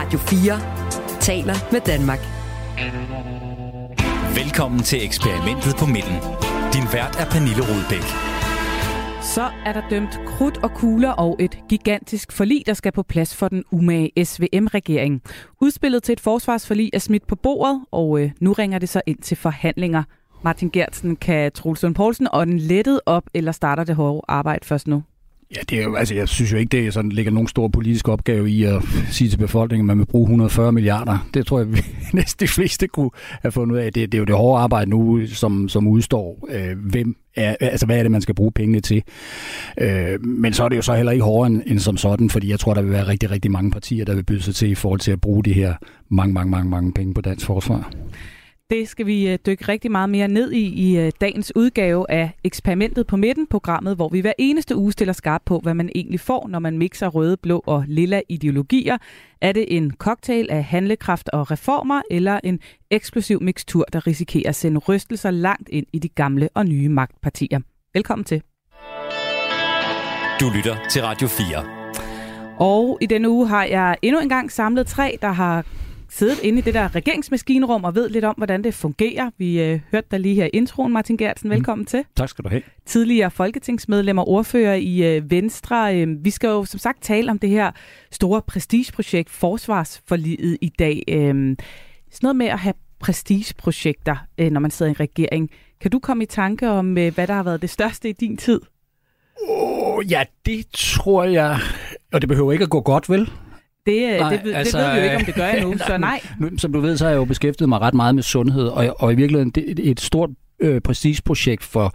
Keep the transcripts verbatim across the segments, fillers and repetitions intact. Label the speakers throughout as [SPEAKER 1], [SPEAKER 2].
[SPEAKER 1] Radio fire taler med Danmark.
[SPEAKER 2] Velkommen til eksperimentet på midten. Din vært er Pernille Rudbæk.
[SPEAKER 3] Så er der dømt krudt og kugler og et gigantisk forlig, der skal på plads for den umage S V M-regering. Udspillet til et forsvarsforlig er smidt på bordet, og øh, nu ringer det så ind til forhandlinger. Martin Geertsen, kan Troels Lund Poulsen og den lettet op, eller starter det hårde arbejde først nu?
[SPEAKER 4] Ja, det er jo, altså, jeg synes jo ikke, det er sådan, ligger nogen stor politisk opgave i at sige til befolkningen, at man vil bruge et hundrede og fyrre milliarder. Det tror jeg, vi næsten de fleste kunne have fundet ud af. Det, det er jo det hårde arbejde nu, som, som udstår. Øh, hvem er, altså, hvad er det, man skal bruge pengene til? Øh, men så er det jo så heller ikke hårdere end, end som sådan, fordi jeg tror, der vil være rigtig, rigtig mange partier, der vil byde sig til i forhold til at bruge de her mange, mange, mange, mange penge på dansk forsvar.
[SPEAKER 3] Det skal vi dykke rigtig meget mere ned i i dagens udgave af Eksperimentet på midten, programmet, hvor vi hver eneste uge stiller skarp på, hvad man egentlig får, når man mixer røde, blå og lilla ideologier. Er det en cocktail af handlekraft og reformer, eller en eksplosiv mixtur, der risikerer at sende rystelser langt ind i de gamle og nye magtpartier? Velkommen til.
[SPEAKER 2] Du lytter til Radio fire.
[SPEAKER 3] Og i denne uge har jeg endnu engang samlet tre, der har siddet inde i det der regeringsmaskinrum og ved lidt om, hvordan det fungerer. Vi øh, hørte dig lige her i introen, Martin Geertsen. Velkommen mm. til.
[SPEAKER 4] Tak skal du have.
[SPEAKER 3] Tidligere folketingsmedlem og ordfører i øh, Venstre. Øh, vi skal jo som sagt tale om det her store prestigeprojekt, forsvarsforliget i dag. Øh, sådan noget med at have prestigeprojekter, øh, når man sidder i en regering. Kan du komme i tanke om, øh, hvad der har været det største i din tid?
[SPEAKER 4] Oh, ja, det tror jeg. Og det behøver ikke at gå godt, vel?
[SPEAKER 3] Det, nej, det, altså, det ved vi jo ikke, om det gør endnu, så nej.
[SPEAKER 4] Nu, som du ved, så har jeg jo beskæftiget mig ret meget med sundhed, og, og i virkeligheden det er et stort øh, prestigeprojekt for,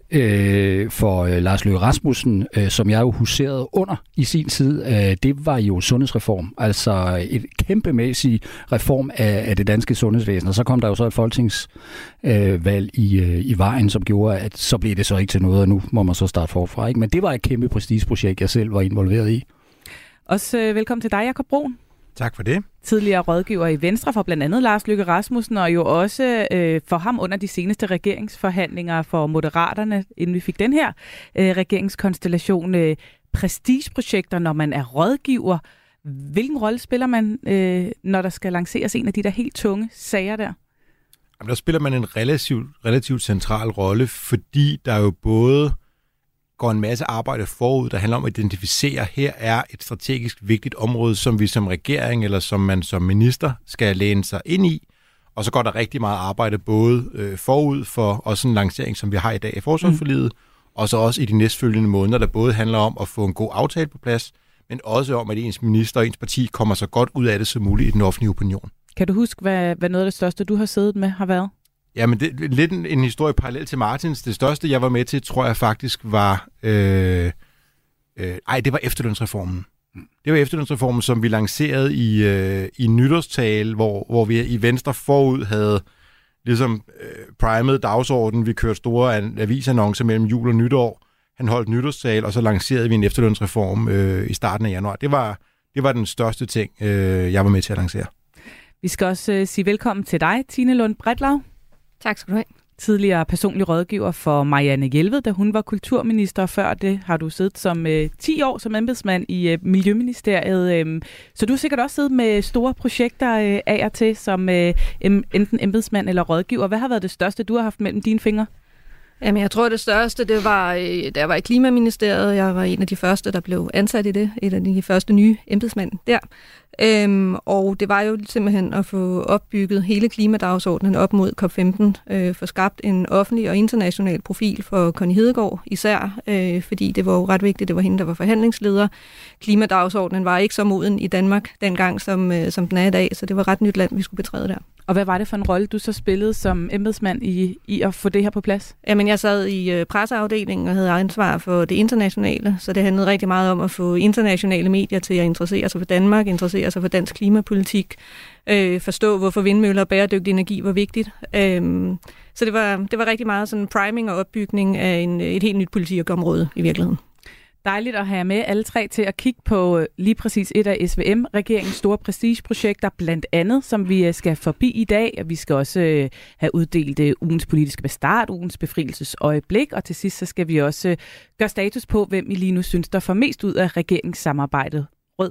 [SPEAKER 4] øh, for øh, Lars Løkke Rasmussen, øh, som jeg jo huserede under i sin tid. Øh, det var jo sundhedsreform, altså et kæmpemæssig reform af, af det danske sundhedsvæsen, og så kom der jo så et folketingsvalg øh, i, øh, i vejen, som gjorde, at så blev det så ikke til noget, og nu må man så starte forfra. Ikke? Men det var et kæmpe prestigeprojekt, jeg selv var involveret i.
[SPEAKER 3] Også øh, velkommen til dig, Jakob Brun.
[SPEAKER 5] Tak for det.
[SPEAKER 3] Tidligere rådgiver i Venstre for blandt andet Lars Løkke Rasmussen, og jo også øh, for ham under de seneste regeringsforhandlinger for Moderaterne, inden vi fik den her øh, regeringskonstellation. Øh, prestigeprojekter, når man er rådgiver. Hvilken rolle spiller man, øh, når der skal lanceres en af de der helt tunge sager der?
[SPEAKER 5] Jamen, der spiller man en relativt, relativt central rolle, fordi der jo både går en masse arbejde forud, der handler om at identificere, her er et strategisk vigtigt område, som vi som regering eller som man som minister skal læne sig ind i. Og så går der rigtig meget arbejde både øh, forud for også en lancering, som vi har i dag i forsvarsforliget, mm. og så også i de næstfølgende måneder, der både handler om at få en god aftale på plads, men også om, at ens minister og ens parti kommer så godt ud af det som muligt i den offentlige opinion.
[SPEAKER 3] Kan du huske, hvad, hvad noget af det største, du har siddet med, har været?
[SPEAKER 5] Ja, men det er lidt en, en historie parallel til Martins. Det største, jeg var med til, tror jeg faktisk var... Øh, øh, ej, det var efterlønsreformen. Det var efterlønsreformen, som vi lancerede i, øh, i nytårstale, hvor, hvor vi i Venstre forud havde ligesom øh, primet dagsordenen. Vi kørte store avisannoncer mellem jul og nytår. Han holdt nytårstale, og så lancerede vi en efterlønsreform øh, i starten af januar. Det var, det var den største ting, øh, jeg var med til at lancere.
[SPEAKER 3] Vi skal også øh, sige velkommen til dig, Tine Lund Bretlau.
[SPEAKER 6] Tak skal du have.
[SPEAKER 3] Tidligere personlig rådgiver for Marianne Jelved, da hun var kulturminister. Før det har du siddet som øh, ti år som embedsmand i øh, Miljøministeriet. Øh, så du har sikkert også siddet med store projekter øh, af og til som øh, enten embedsmand eller rådgiver. Hvad har været det største, du har haft mellem dine fingre?
[SPEAKER 6] Jamen, jeg tror, det største, det var, da jeg var i Klimaministeriet. Jeg var en af de første, der blev ansat i det. Et af de første nye embedsmænd der. Øhm, og det var jo simpelthen at få opbygget hele klimadagsordenen op mod COP femten. Øh, få skabt en offentlig og international profil for Connie Hedegaard især, øh, fordi det var jo ret vigtigt, det var hende, der var forhandlingsleder. Klimadagsordenen var ikke så moden i Danmark dengang, som, øh, som den er i dag, så det var ret nyt land, vi skulle betræde der.
[SPEAKER 3] Og hvad var det for en rolle, du så spillede som embedsmand i, i at få det her på plads?
[SPEAKER 6] Jamen, jeg sad i øh, presseafdelingen og havde ansvar for det internationale, så det handlede rigtig meget om at få internationale medier til at interessere sig for Danmark, interessere sig for dansk klimapolitik, øh, forstå, hvorfor vindmøller og bæredygtig energi var vigtigt. Øh, så det var, det var rigtig meget sådan priming og opbygning af en, et helt nyt politikområde i virkeligheden.
[SPEAKER 3] Dejligt at have med alle tre til at kigge på lige præcis et af S V M-regeringens store prestigeprojekter, blandt andet, som vi skal forbi i dag. Vi skal også have uddelt ugens politiske bestart, ugens befrielsesøjeblik, og til sidst så skal vi også gøre status på, hvem I lige nu synes, der får mest ud af regeringssamarbejdet rød-blå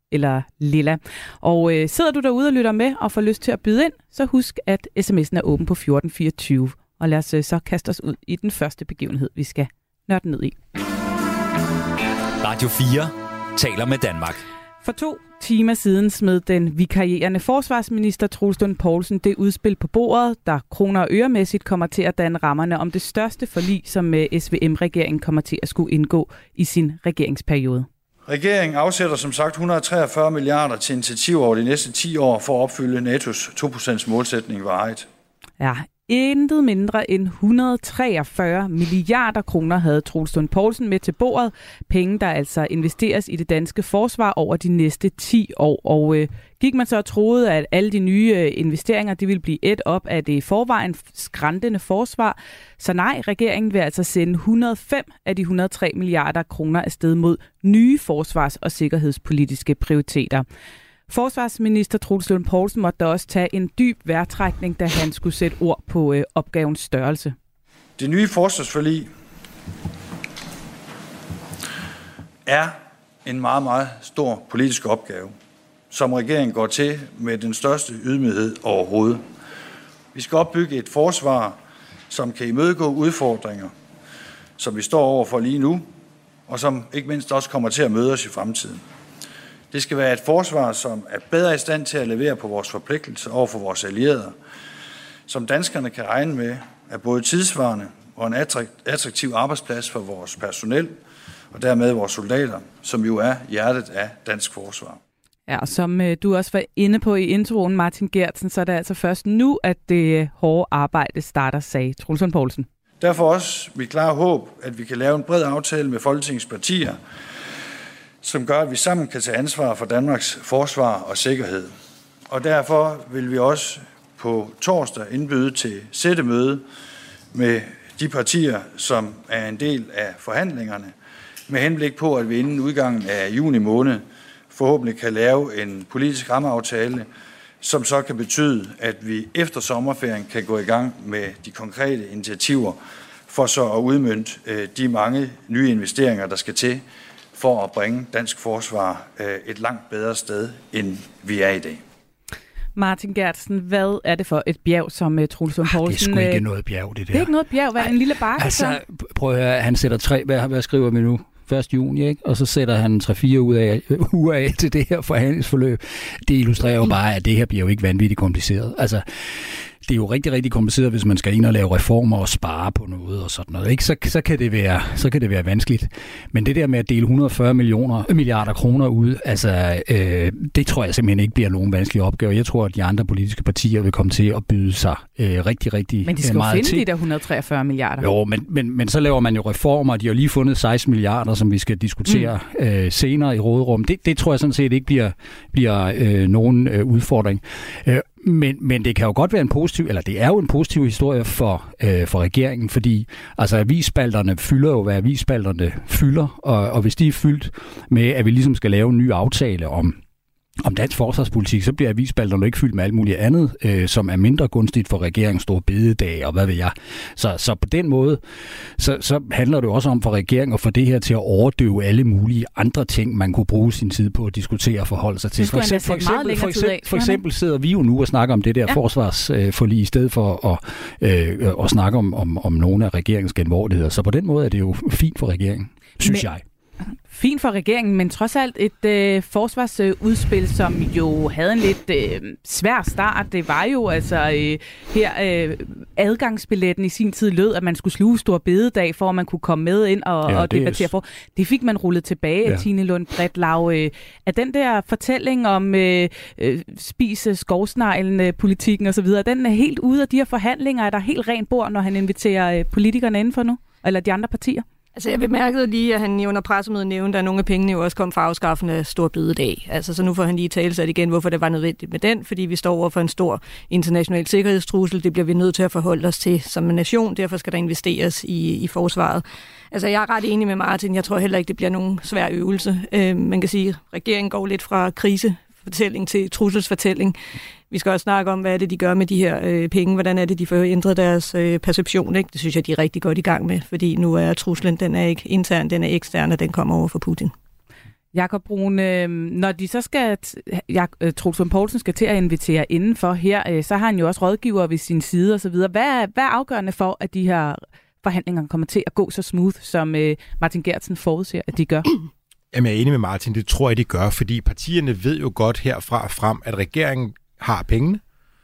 [SPEAKER 3] eller lilla. Og øh, sidder du derude og lytter med og får lyst til at byde ind, så husk, at sms'en er åben på fjorten fireogtyve. Og lad os øh, så kaste os ud i den første begivenhed, vi skal nørde ned i.
[SPEAKER 2] Radio fire taler med Danmark.
[SPEAKER 3] For to timer siden smed den vikarierende forsvarsminister Troels Lund Poulsen det udspil på bordet, der kroner og øremæssigt kommer til at danne rammerne om det største forlig, som S V M-regeringen kommer til at skulle indgå i sin regeringsperiode.
[SPEAKER 7] Regeringen afsætter som sagt et hundrede og treogfyrre milliarder til initiativer over de næste ti år for at opfylde NATO's to procent målsætning varigt.
[SPEAKER 3] Ja, intet mindre end et hundrede og treogfyrre milliarder kroner havde Troels Lund Poulsen med til bordet. Penge, der altså investeres i det danske forsvar over de næste ti år. Og øh, gik man så og troede, at alle de nye øh, investeringer de ville blive et op af det i forvejen skrantende forsvar. Så nej, regeringen vil altså sende et hundrede og fem af de et hundrede og tre milliarder kroner afsted mod nye forsvars- og sikkerhedspolitiske prioriteter. Forsvarsminister Troels Lund Poulsen måtte da også tage en dyb vejrtrækning, da han skulle sætte ord på øh, opgavens størrelse.
[SPEAKER 7] Det nye forsvarsforlig er en meget, meget stor politisk opgave, som regeringen går til med den største ydmyghed overhovedet. Vi skal opbygge et forsvar, som kan imødegå udfordringer, som vi står overfor lige nu, og som ikke mindst også kommer til at møde os i fremtiden. Det skal være et forsvar, som er bedre i stand til at levere på vores forpligtelser over for vores allierede, som danskerne kan regne med er både tidsvarende og en attraktiv arbejdsplads for vores personel, og dermed vores soldater, som jo er hjertet af dansk forsvar.
[SPEAKER 3] Ja, og som øh, du også var inde på i introen, Martin Geertsen, så er det altså først nu, at det hårde arbejde starter, sagde Troels Lund Poulsen.
[SPEAKER 7] Derfor også mit klare håb, at vi kan lave en bred aftale med Folketingets partier, som gør, at vi sammen kan tage ansvar for Danmarks forsvar og sikkerhed. Og derfor vil vi også på torsdag indbyde til sættemøde med de partier, som er en del af forhandlingerne, med henblik på, at vi inden udgangen af juni måned forhåbentlig kan lave en politisk rammeaftale, som så kan betyde, at vi efter sommerferien kan gå i gang med de konkrete initiativer for så at udmønte de mange nye investeringer, der skal til for at bringe dansk forsvar et langt bedre sted, end vi er i dag.
[SPEAKER 3] Martin Geertsen, hvad er det for et bjerg, som uh, Troels Lund Poulsen...
[SPEAKER 4] Ah, det er sgu ikke noget bjerg, det der.
[SPEAKER 3] Det er ikke noget bjerg, hvad er en lille bakke?
[SPEAKER 4] Altså, prøv at høre, han sætter tre... Hvad, hvad skriver vi nu? første juni, ikke? Og så sætter han tre-fire ud af, uger af til det her forhandlingsforløb. Det illustrerer jo bare, at det her bliver jo ikke vanvittigt kompliceret. Altså, det er jo rigtig, rigtig kompliceret, hvis man skal ind og lave reformer og spare på noget og sådan noget. Ikke? Så, så, kan det være, så kan det være vanskeligt. Men det der med at dele et hundrede og fyrre millioner, milliarder kroner ud, altså, øh, det tror jeg simpelthen ikke bliver nogen vanskelig opgave. Jeg tror, at de andre politiske partier vil komme til at byde sig øh, rigtig, rigtig meget til.
[SPEAKER 3] Men de skal jo finde til. De der et hundrede og treogfyrre milliarder.
[SPEAKER 4] Jo, men, men, men så laver man jo reformer, de har lige fundet seksten milliarder, som vi skal diskutere mm. øh, senere i råderum. Det, det tror jeg sådan set ikke bliver, bliver øh, nogen øh, udfordring. Øh, Men, men det kan jo godt være en positiv, eller det er jo en positiv historie for, øh, for regeringen, fordi altså, avisspalterne fylder jo, hvad avisspalterne fylder, og, og hvis de er fyldt med, at vi ligesom skal lave en ny aftale om, om dansk forsvarspolitik, så bliver avisspalterne ikke fyldt med alt muligt andet, øh, som er mindre gunstigt for regeringens store bededag, og hvad ved jeg. Så, så på den måde, så, så handler det jo også om for regeringen at få det her til at overdøve alle mulige andre ting, man kunne bruge sin tid på at diskutere og forholde sig til.
[SPEAKER 3] For eksempel, for eksempel,
[SPEAKER 4] for eksempel, for eksempel sidder vi jo nu og snakker om det der ja. forsvarsforlig, i stedet for at, øh, at snakke om, om, om nogle af regeringens genvordigheder. Så på den måde er det jo fint for regeringen, synes Men... jeg.
[SPEAKER 3] Fint for regeringen, men trods alt et øh, forsvarsudspil, som jo havde en lidt øh, svær start. Det var jo altså øh, her øh, adgangsbilletten i sin tid lød, at man skulle sluge stor bededag, for at man kunne komme med ind og, ja, og debattere for. Det fik man rullet tilbage af ja. Tine Lund Bretlau. Øh, at den der fortælling om øh, øh, spise skovsneglen, øh, politikken osv., den er helt ude af de her forhandlinger. Er der helt rent bord, når han inviterer øh, politikerne indenfor nu? Eller de andre partier?
[SPEAKER 6] Altså, jeg bemærkede lige, at han under pressemødet nævnte, at nogle af pengene jo også kom fra afskaffende af stor bededag. Altså, så nu får han lige talsat igen, hvorfor det var nødvendigt med den, fordi vi står over for en stor international sikkerhedstrussel. Det bliver vi nødt til at forholde os til som en nation. Derfor skal der investeres i, i forsvaret. Altså, jeg er ret enig med Martin. Jeg tror heller ikke, det bliver nogen svær øvelse. Øh, man kan sige, at regeringen går lidt fra krisefortælling til trusselsfortælling. Vi skal også snakke om, hvad er det, de gør med de her øh, penge. Hvordan er det, de får ændret deres øh, perception. Ikke? Det synes jeg, de er rigtig godt i gang med, fordi nu er truslen, den er ikke intern, den er ekstern, og den kommer over for Putin.
[SPEAKER 3] Jakob Bruun, øh, når de så skal, Jak- Troels Lund Poulsen skal til at invitere indenfor her, øh, så har han jo også rådgiver ved sin side osv. Hvad er, hvad er afgørende for, at de her forhandlinger kommer til at gå så smooth, som øh, Martin Geertsen forudser, at de gør?
[SPEAKER 5] Jamen, jeg er enig med Martin, det tror jeg, de gør, fordi partierne ved jo godt herfra og frem, at regeringen har pengene,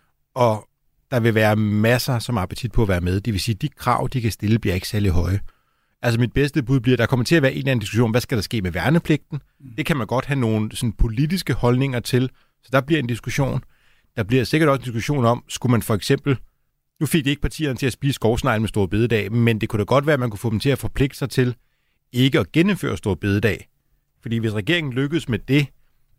[SPEAKER 5] og der vil være masser, som har appetit på at være med. Det vil sige, at de krav, de kan stille, bliver ikke særlig høje. Altså mit bedste bud bliver, at der kommer til at være en eller anden diskussion, hvad skal der ske med værnepligten? Det kan man godt have nogle sådan, politiske holdninger til, så der bliver en diskussion. Der bliver sikkert også en diskussion om, skulle man for eksempel, nu fik de ikke partierne til at spise skovsnegl med store bededag, men det kunne da godt være, at man kunne få dem til at forpligte sig til ikke at genindføre store bededag. Fordi hvis regeringen lykkes med det,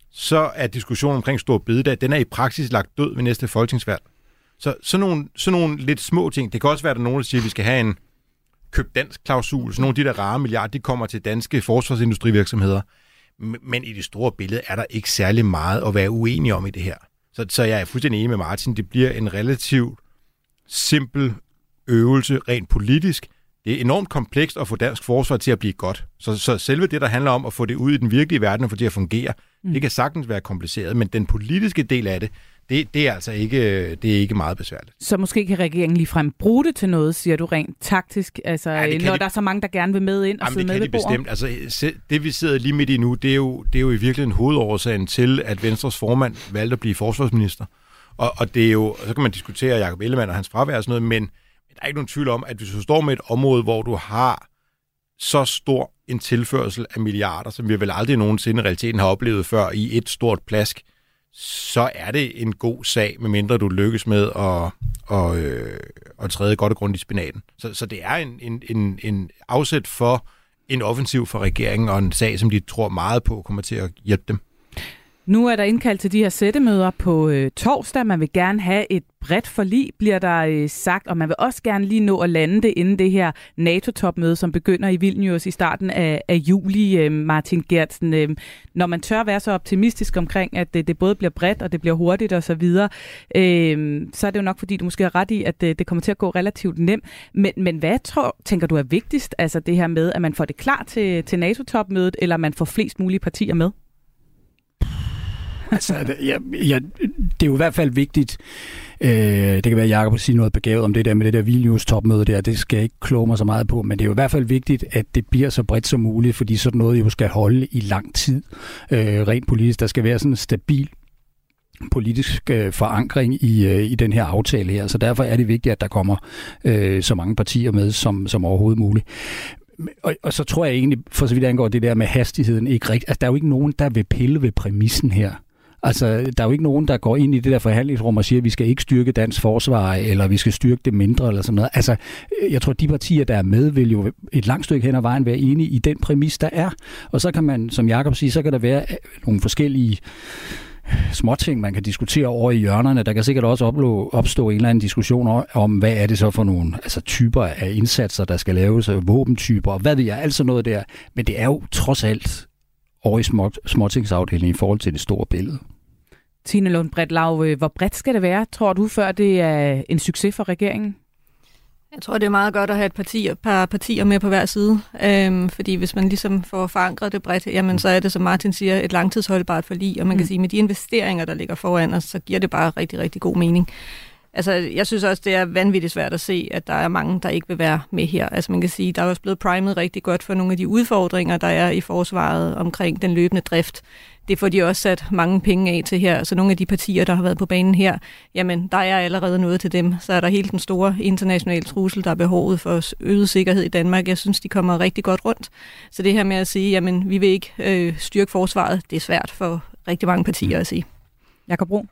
[SPEAKER 5] så er diskussionen omkring store bededag, den er i praksis lagt død ved næste folketingsvalg. Så sådan nogle, sådan nogle lidt små ting. Det kan også være, at der er nogen, der siger, at vi skal have en køb dansk klausul. Så nogle af de der rare milliarder, de kommer til danske forsvarsindustrivirksomheder. Men i det store billede er der ikke særlig meget at være uenig om i det her. Så, så jeg er fuldstændig enig med Martin. Det bliver en relativt simpel øvelse rent politisk. Det er enormt komplekst at få dansk forsvar til at blive godt. Så, så selve det, der handler om at få det ud i den virkelige verden og få det at fungere, mm. det kan sagtens være kompliceret. Men den politiske del af det, Det, det er altså ikke, det er ikke meget besværligt.
[SPEAKER 3] Så måske kan regeringen ligefrem bruge det til noget, siger du rent taktisk, altså ja, når de, der er så mange, der gerne vil med ind og sidde med ved bordet?
[SPEAKER 5] Jamen det kan de bestemt. Altså, det vi sidder lige midt i nu, det er jo, det er jo i virkeligheden hovedårsagen til, at Venstres formand valgte at blive forsvarsminister. Og, og det er jo, så kan man diskutere Jakob Ellemann og hans fravær og sådan noget, men der er ikke nogen tvivl om, at hvis du står med et område, hvor du har så stor en tilførsel af milliarder, som vi vel aldrig nogensinde i realiteten har oplevet før i et stort plask, så er det en god sag, medmindre du lykkes med at, at, øh, at træde godt og grundigt i spinaten. Så, så det er en, en, en, en afsæt for en offensiv for regeringen, og en sag, som de tror meget på, kommer til at hjælpe dem.
[SPEAKER 3] Nu er der indkaldt til de her sættemøder på øh, torsdag. Man vil gerne have et bredt forlig, bliver der øh, sagt, og man vil også gerne lige nå at lande det inden det her NATO-topmøde, som begynder i Vilnius i starten af, af juli, øh, Martin Geertsen. Øh, når man tør være så optimistisk omkring, at det, det både bliver bredt, og det bliver hurtigt og så videre, øh, så er det jo nok, fordi du måske har ret i, at det, det kommer til at gå relativt nemt. Men, men hvad tror, tænker du er vigtigst? Altså det her med, at man får det klar til, til NATO-topmødet, eller man får flest mulige partier med?
[SPEAKER 4] Altså, ja, ja, det er jo i hvert fald vigtigt. Øh, det kan være, at Jakob siger noget begavet om det der med det der Vilnius-topmøde der. Det skal jeg ikke kloge mig så meget på, men det er jo i hvert fald vigtigt, at det bliver så bredt som muligt, fordi sådan noget jo skal holde i lang tid. Øh, rent politisk. Der skal være sådan en stabil politisk øh, forankring i, øh, i den her aftale her. Så derfor er det vigtigt, at der kommer øh, så mange partier med som, som overhovedet muligt. Og, og så tror jeg egentlig, for så vidt angår det der med hastigheden, ikke rigtigt. Altså, der er jo ikke nogen, der vil pille ved præmissen her. Altså, der er jo ikke nogen, der går ind i det der forhandlingsrum og siger, at vi skal ikke styrke dansk forsvar, eller vi skal styrke det mindre, eller sådan noget. Altså, jeg tror, de partier, der er med, vil jo et langt stykke hen ad vejen være enige i den præmis, der er. Og så kan man, som Jakob siger, så kan der være nogle forskellige småting, man kan diskutere over i hjørnerne. Der kan sikkert også opstå, opstå en eller anden diskussion om, hvad er det så for nogle altså, typer af indsatser, der skal laves, våbentyper, og hvad ved jeg, altså noget der. Men det er jo trods alt over i små, småtingsafdelingen i forhold til det store billede.
[SPEAKER 3] Tine Lund Bretlau, hvor bredt skal det være, tror du, før det er en succes for regeringen?
[SPEAKER 6] Jeg tror, det er meget godt at have et parti, et par partier med på hver side, øhm, fordi hvis man ligesom får forankret det bredt, jamen så er det, som Martin siger, et langtidsholdbart forlig, og man kan mm. sige, med de investeringer, der ligger foran os, så giver det bare rigtig, rigtig god mening. Altså, jeg synes også, det er vanvittigt svært at se, at der er mange, der ikke vil være med her. Altså, man kan sige, der er også blevet primet rigtig godt for nogle af de udfordringer, der er i forsvaret omkring den løbende drift. Det får de også sat mange penge af til her. Så nogle af de partier, der har været på banen her, jamen, der er allerede noget til dem. Så er der helt den store internationale trussel, der er behovet for øget sikkerhed i Danmark. Jeg synes, de kommer rigtig godt rundt. Så det her med at sige, jamen, vi vil ikke øh, styrke forsvaret, det er svært for rigtig mange partier at sige.
[SPEAKER 3] Jakob Bruun?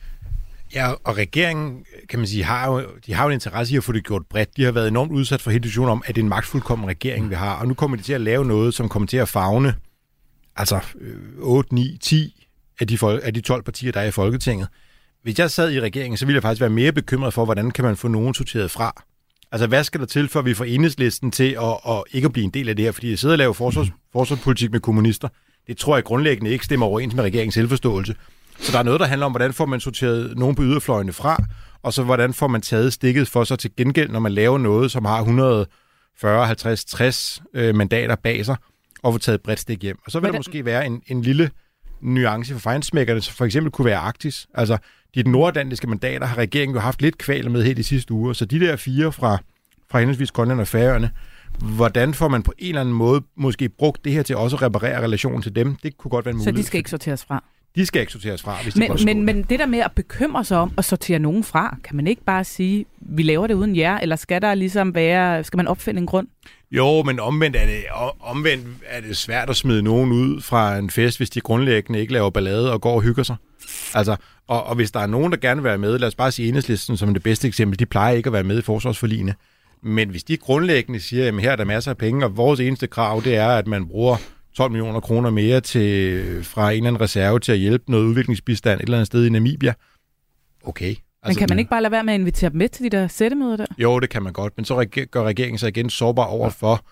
[SPEAKER 5] Ja, og regeringen, kan man sige, har jo, de har jo en interesse i at få det gjort bredt. De har været enormt udsat for hele diskussionen om, at det er en magtfuldkommen regering, vi har. Og nu kommer de til at lave noget, som kommer til at favne altså otte, ni, ti af de, af de tolv partier, der er i Folketinget. Hvis jeg sad i regeringen, så ville jeg faktisk være mere bekymret for, hvordan kan man få nogen sorteret fra. Altså, hvad skal der til, før vi får Enhedslisten til at, at ikke at blive en del af det her? Fordi jeg sidder og laver forsvars, forsvarspolitik med kommunister. Det tror jeg grundlæggende ikke stemmer overens med regeringens selvforståelse. Så der er noget, der handler om, hvordan får man sorteret nogen på yderfløjene fra, og så hvordan får man taget stikket for sig til gengæld, når man laver noget, som har et hundrede og fyrre, halvtreds, tres øh, mandater bag sig, og få taget et bredt stik hjem. Og så vil der måske være en, en lille nuance for fejnsmækkerne, som for eksempel kunne være Arktis. Altså, de nordatlantiske mandater har regeringen jo haft lidt kval med helt i sidste uge, så de der fire fra, fra henholdsvis Grønland og Færøerne, hvordan får man på en eller anden måde måske brugt det her til også at reparere relationen til dem? Det kunne godt være en mulighed.
[SPEAKER 3] Så de skal ikke sorteres fra?
[SPEAKER 5] De skal ikke sorteres fra, hvis
[SPEAKER 3] men,
[SPEAKER 5] de
[SPEAKER 3] men, men det der med at bekymre sig om at sortere nogen fra, kan man ikke bare sige, vi laver det uden jer, eller skal der ligesom være, skal man opfinde en grund?
[SPEAKER 5] Jo, men omvendt er, det, omvendt er det svært at smide nogen ud fra en fest, hvis de grundlæggende ikke laver ballade og går og hygger sig. Altså, og, og hvis der er nogen, der gerne vil være med, lad os bare sige Enhedslisten som det bedste eksempel, de plejer ikke at være med i forsvarsforligene. Men hvis de grundlæggende siger, at her er der masser af penge, og vores eneste krav, det er, at man bruger tolv millioner kroner mere til, fra en eller anden reserve til at hjælpe noget udviklingsbistand et eller andet sted i Namibia. Okay. Altså,
[SPEAKER 3] men kan man ikke bare lade være med at invitere dem med til de der sættemøder der?
[SPEAKER 5] Jo, det kan man godt, men så gør regeringen sig igen sårbar over for,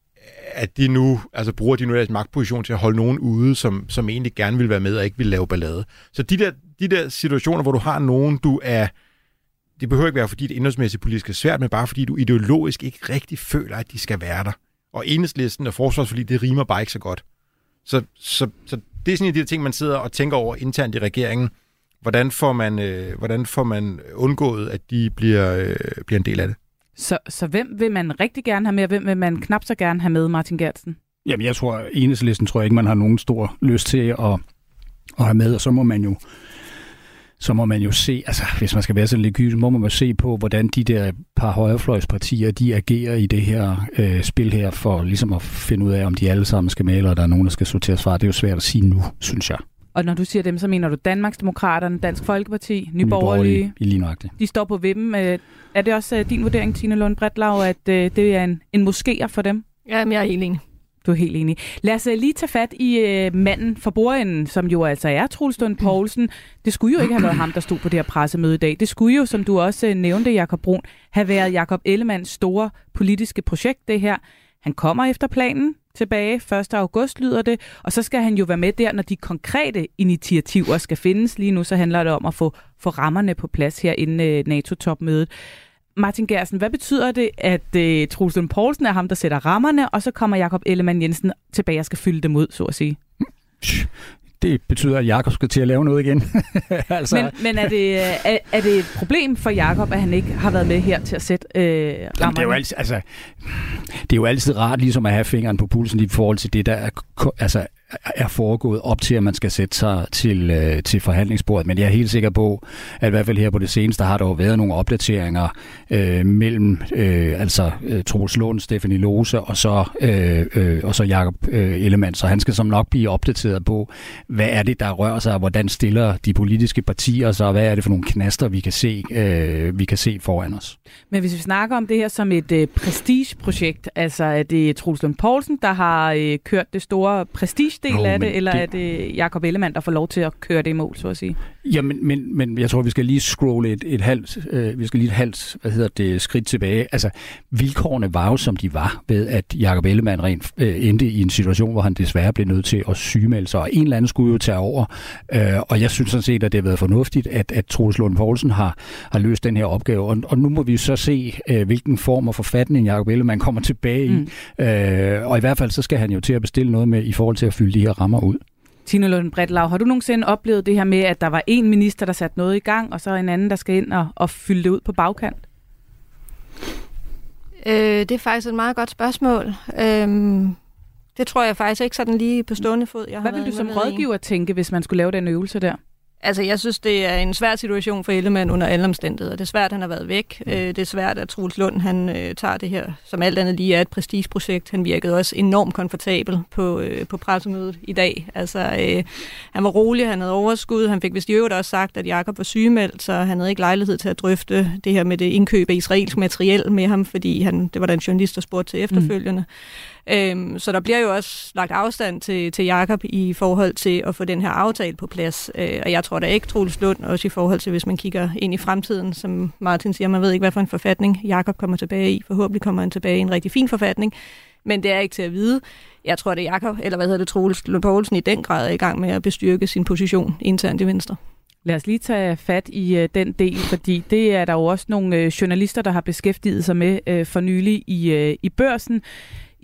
[SPEAKER 5] at de nu, altså bruger de nu deres magtposition til at holde nogen ude, som, som egentlig gerne vil være med og ikke vil lave ballade. Så de der, de der situationer, hvor du har nogen, du er, det behøver ikke være, fordi det indholdsmæssigt politisk er svært, men bare fordi du ideologisk ikke rigtig føler, at de skal være der. Og Enhedslisten og forsvarsforlig, det rimer bare ikke så godt. Så, så, så det er sådan en af de ting, man sidder og tænker over internt i regeringen. Hvordan får man, øh, hvordan får man undgået, at de bliver, øh, bliver en del af det?
[SPEAKER 3] Så, så hvem vil man rigtig gerne have med, og hvem vil man knap så gerne have med, Martin Geertsen?
[SPEAKER 4] Jamen, jeg tror, Enhedslisten tror jeg ikke, man har nogen stor lyst til at, at have med, og så må man jo så må man jo se, altså hvis man skal være sådan lidt kynisk, må man jo se på, hvordan de der par højrefløjspartier, de agerer i det her øh, spil her, for ligesom at finde ud af, om de alle sammen skal med, eller der er nogen, der skal sorteres fra. Det er jo svært at sige nu, synes jeg.
[SPEAKER 3] Og når du siger dem, så mener du Danmarksdemokraterne, Dansk Folkeparti, Nye Borgerlige?
[SPEAKER 4] I lige nøjagtigt.
[SPEAKER 3] De står på vippen. Er det også din vurdering, Tine Lund Bretlau, at det er en, en moskéer for dem?
[SPEAKER 6] Jamen, jeg er helt enig.
[SPEAKER 3] Du er helt enig. Lad os lige tage fat i øh, manden for bordenden, som jo altså er Troels Lund Poulsen. Det skulle jo ikke have været ham, der stod på det her pressemøde i dag. Det skulle jo, som du også øh, nævnte, Jakob Brun, have været Jakob Ellemanns store politiske projekt, det her. Han kommer efter planen tilbage. første august lyder det, og så skal han jo være med der, når de konkrete initiativer skal findes. Lige nu så handler det om at få, få rammerne på plads her inden øh, NATO-topmødet. Martin Geertsen, hvad betyder det, at øh, Troels Lund Poulsen er ham, der sætter rammerne, og så kommer Jakob Ellemann-Jensen tilbage og skal fylde dem ud, så at sige?
[SPEAKER 4] Det betyder, at Jakob skal til at lave noget igen. altså...
[SPEAKER 3] Men, men er, det, er, er det et problem for Jakob, at han ikke har været med her til at sætte øh, rammerne?
[SPEAKER 4] Jamen, det, er jo altid, altså, det er jo altid rart ligesom at have fingeren på pulsen i forhold til det, der er, altså, er foregået op til, at man skal sætte sig til, øh, til forhandlingsbordet. Men jeg er helt sikker på, at i hvert fald her på det seneste har der jo været nogle opdateringer øh, mellem øh, altså øh, Troels Lund, Stephanie Lose og så, øh, øh, og så Jakob øh, Ellemann. Så han skal som nok blive opdateret på, hvad er det, der rører sig, og hvordan stiller de politiske partier sig, og hvad er det for nogle knaster, vi kan se, øh, vi kan se foran os.
[SPEAKER 3] Men hvis vi snakker om det her som et øh, prestigeprojekt, altså er det Troels Lund Poulsen, der har øh, kørt det store prestigedel
[SPEAKER 4] Nå,
[SPEAKER 3] af det, eller
[SPEAKER 4] det...
[SPEAKER 3] er det Jakob Ellemann, der får lov til at køre det i mål, så at sige?
[SPEAKER 4] Jamen, men, men jeg tror, vi skal lige scrolle et, et halvt, øh, vi skal lige et halvt, hvad hedder det, skridt tilbage. Altså, vilkårene var jo, som de var, ved at Jakob Ellemann rent øh, endte i en situation, hvor han desværre blev nødt til at sygemelde sig, og en eller anden skulle jo tage over. Øh, og jeg synes sådan set, at det har været fornuftigt, at, at Troels Lund Poulsen har, har løst den her opgave. Og, og nu må vi så se, øh, hvilken form og forfatning Jakob Ellemann kommer tilbage i. Mm. Øh, og i hvert fald så skal han jo til at bestille noget med i forhold til at fylde de her rammer ud.
[SPEAKER 3] Tine Lund Bretlau, har du nogensinde oplevet det her med, at der var en minister, der satte noget i gang, og så en anden, der skal ind og, og fylde det ud på bagkant?
[SPEAKER 6] Øh, det er faktisk et meget godt spørgsmål. Øhm, det tror jeg faktisk ikke sådan lige på stående fod. Jeg har
[SPEAKER 3] Hvad vil du som rådgiver i. tænke, hvis man skulle lave den øvelse der?
[SPEAKER 6] Altså, jeg synes, det er en svær situation for Ellemann under alle omstændigheder. Det er svært, at han har været væk. Mm. Det er svært, at Troels Lund han, øh, tager det her, som alt andet lige er et prestigeprojekt. Han virkede også enormt komfortabel på, øh, på pressemødet i dag. Altså, øh, han var rolig, han havde overskud. Han fik vist i øvrigt også sagt, at Jakob var sygemeldt, så han havde ikke lejlighed til at drøfte det her med det indkøb af israelsk materiel med ham, fordi han, det var der en journalist, der spurgte til efterfølgende. Mm. Øhm, så der bliver jo også lagt afstand til, til Jakob i forhold til at få den her aftale på plads. Øh, og jeg tror da ikke, Troels Lund, også i forhold til, hvis man kigger ind i fremtiden, som Martin siger, man ved ikke, hvad for en forfatning Jakob kommer tilbage i. Forhåbentlig kommer han tilbage i en rigtig fin forfatning, men det er ikke til at vide. Jeg tror, det er Jakob, eller hvad hedder det, Troels Lund Poulsen i den grad er i gang med at bestyrke sin position internt i Venstre.
[SPEAKER 3] Lad os lige tage fat i uh, den del, fordi det er der jo også nogle uh, journalister, der har beskæftiget sig med uh, for nylig i, uh, i Børsen.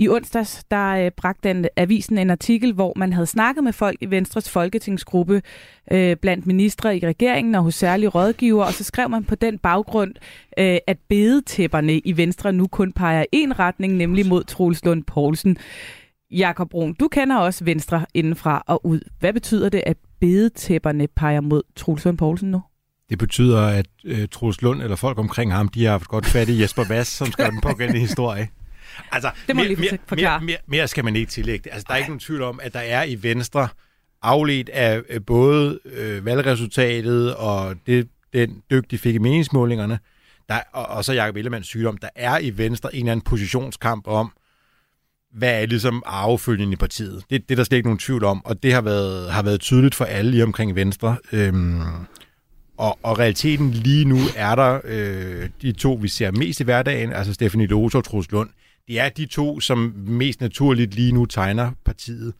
[SPEAKER 3] I onsdags der øh, bragte den avisen en artikel, hvor man havde snakket med folk i Venstres folketingsgruppe, øh, blandt ministre i regeringen og hos særlige rådgiver, og så skrev man på den baggrund, øh, at bedetæpperne i Venstre nu kun peger en retning, nemlig mod Troels Lund Poulsen. Jakob Bruun, du kender også Venstre indenfra og ud. Hvad betyder det, at bedetæpperne peger mod Troels Lund Poulsen nu?
[SPEAKER 5] Det betyder, at øh, Troels Lund eller folk omkring ham, de har haft godt fat i Jesper Vass, som skrev den pågældende historie. Altså,
[SPEAKER 3] det må
[SPEAKER 5] mere,
[SPEAKER 3] lige forklare.
[SPEAKER 5] Mere, mere, mere skal man ikke tillægge. Altså, der er ikke nogen tvivl om, at der er i Venstre afledt af øh, både øh, valgresultatet og det, den dygt, de fik i meningsmålingerne, der, og, og så Jakob Ellemanns sygdom. Der er i Venstre en eller anden positionskamp om, hvad er ligesom arvefølgen i partiet. Det, det er der slet ikke nogen tvivl om, og det har været, har været tydeligt for alle i omkring Venstre. Øhm, og, og realiteten lige nu er der øh, de to, vi ser mest i hverdagen, altså Stephanie Lose og Troels Lund. Det er de to, som mest naturligt lige nu tegner partiet.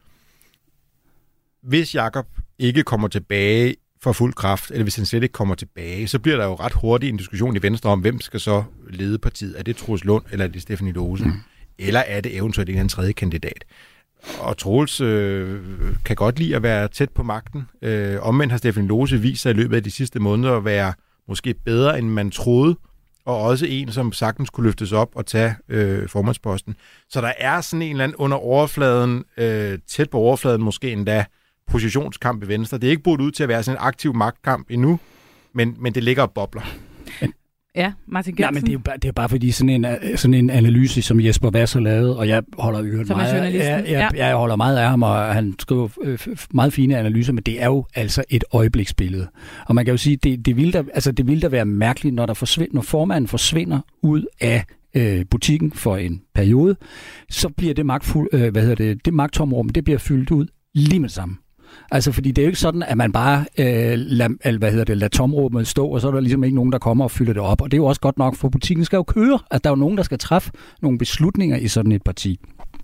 [SPEAKER 5] Hvis Jakob ikke kommer tilbage for fuld kraft, eller hvis han slet ikke kommer tilbage, så bliver der jo ret hurtigt en diskussion i Venstre om, hvem skal så lede partiet. Er det Troels Lund, eller er det Stephanie Lose? Mm. Eller er det eventuelt en tredje kandidat? Og Troels øh, kan godt lide at være tæt på magten. Øh, omvendt har Stephanie Lose vist sig i løbet af de sidste måneder at være måske bedre, end man troede, og også en, som sagtens kunne løftes op og tage øh, formandsposten. Så der er sådan en eller anden under overfladen, øh, tæt på overfladen måske endda, positionskamp i Venstre. Det er ikke brugt ud til at være sådan en aktiv magtkamp endnu, men, men det ligger og bobler.
[SPEAKER 3] Ja, Martin Geertsen.
[SPEAKER 4] Nej, men det er jo bare, det er bare fordi sådan en, sådan en analyse, som Jesper Vass har lavet, og jeg holder jo
[SPEAKER 3] som
[SPEAKER 4] meget, jeg, jeg, jeg, jeg holder meget af ham, og han skriver øh, meget fine analyser, men det er jo altså et øjebliksbillede. Og man kan jo sige, det, det ville da, altså det ville da være mærkeligt, når der forsvinder, når formanden forsvinder ud af øh, butikken for en periode, så bliver det magtfuld, øh, hvad hedder det, det magttomrum, det bliver fyldt ud lige med det samme. Altså, fordi det er jo ikke sådan, at man bare øh, lader, hvad hedder det, lader tomrummet stå, og så er der ligesom ikke nogen, der kommer og fylder det op. Og det er jo også godt nok, for butikken skal jo køre. Altså, der er jo nogen, der skal træffe nogle beslutninger i sådan et parti.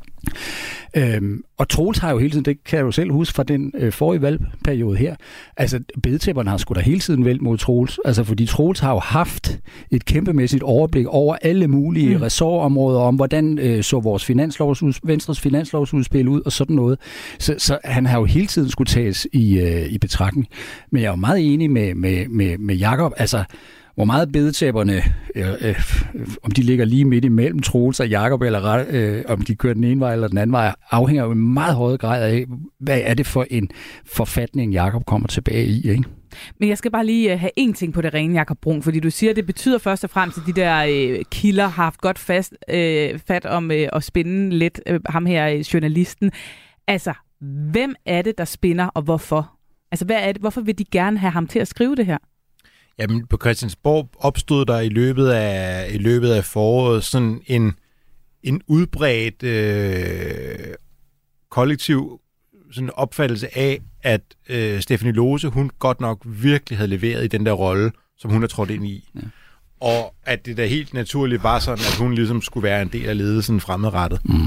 [SPEAKER 4] Øhm, og Troels har jo hele tiden, det kan jeg jo selv huske fra den øh, forrige valgperiode her, altså bedetæpperne har sgu da hele tiden valgt mod Troels, altså fordi Troels har jo haft et kæmpemæssigt overblik over alle mulige mm. ressortområder om, hvordan øh, så vores finanslovs, Venstres finanslovsudspil ud og sådan noget. Så, så han har jo hele tiden skulle tages i, øh, i betragtning. Men jeg er jo meget enig med, med, med, med Jakob, altså hvor meget bedetæpperne, øh, øh, om de ligger lige midt imellem Troels og Jakob, eller øh, om de kører den ene vej eller den anden vej, afhænger jo i meget høj grad af, hvad er det for en forfatning, Jakob kommer tilbage i, ikke?
[SPEAKER 3] Men jeg skal bare lige have én ting på det rene, Jakob Bruun, fordi du siger, at det betyder først og fremmest, at de der øh, kilder har haft godt fast, øh, fat om øh, at spænde lidt øh, ham her, øh, journalisten. Altså, hvem er det, der spinder, og hvorfor? Altså, hvad er det? Hvorfor vil de gerne have ham til at skrive det her?
[SPEAKER 5] Jamen, på Christiansborg opstod der i løbet af, i løbet af foråret sådan en, en udbredt øh, kollektiv sådan opfattelse af, at øh, Stephanie Lose, hun godt nok virkelig havde leveret i den der rolle, som hun er trådt ind i. Ja. Og at det da helt naturligt var sådan, at hun ligesom skulle være en del af ledelsen fremadrettet. Mm.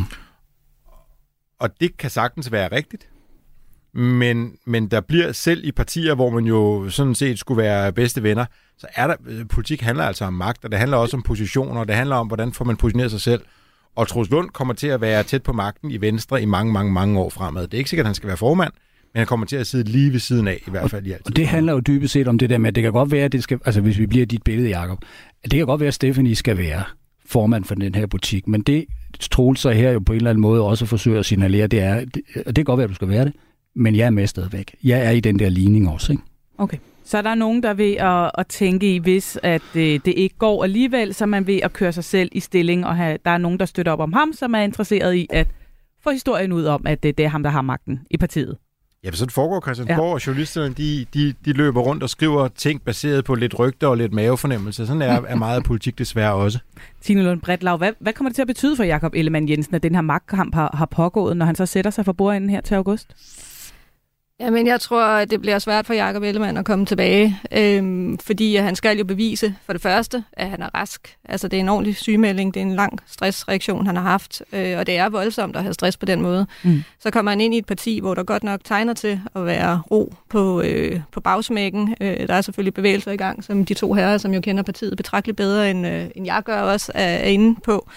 [SPEAKER 5] Og det kan sagtens være rigtigt. Men, men der bliver selv i partier, hvor man jo sådan set skulle være bedste venner, så er der, politik handler altså om magt, og det handler også om positioner, og det handler om, hvordan får man positioneret sig selv. Og Troels Lund kommer til at være tæt på magten i Venstre i mange, mange, mange år fremad. Det er ikke sikkert, at han skal være formand, men han kommer til at sidde lige ved siden af, i hvert fald i altid.
[SPEAKER 4] Og det handler jo dybest set om det der med, at det kan godt være, at det skal, altså hvis vi bliver dit billede, Jakob, det kan godt være, at Stephanie skal være formand for den her butik, men det Troels så her jo på en eller anden måde også forsøger at signalere, det er, det, det kan godt være, at du skal være det, men jeg er med stadigvæk. Jeg er i den der ligning også, ikke?
[SPEAKER 3] Okay. Så er der nogen, der vil at, at tænke i, hvis at det, det ikke går alligevel, så man ved at køre sig selv i stilling, og have, der er nogen, der støtter op om ham, som er interesseret i at få historien ud om, at det, det er ham, der har magten i partiet.
[SPEAKER 5] Ja, så det foregår Christiansborg, ja. Og journalisterne, de, de, de løber rundt og skriver ting baseret på lidt rygter og lidt mavefornemmelse. Sådan er, er meget politik desværre også.
[SPEAKER 3] Tine Lund Bretlau, hvad, hvad kommer det til at betyde for Jakob Ellemann-Jensen, at den her magtkamp har, har pågået, når han så sætter sig for bordenden her til august?
[SPEAKER 6] Jamen, jeg tror, at det bliver svært for Jakob Ellemann at komme tilbage, øhm, fordi han skal jo bevise for det første, at han er rask. Altså, det er en ordentlig sygemelding, det er en lang stressreaktion, han har haft, øh, og det er voldsomt at have stress på den måde. Mm. Så kommer han ind i et parti, hvor der godt nok tegner til at være ro på, øh, på bagsmækken. Øh, der er selvfølgelig bevægelser i gang, som de to herrer, som jo kender partiet betragteligt bedre, end, øh, end jeg gør også, er, er inde på.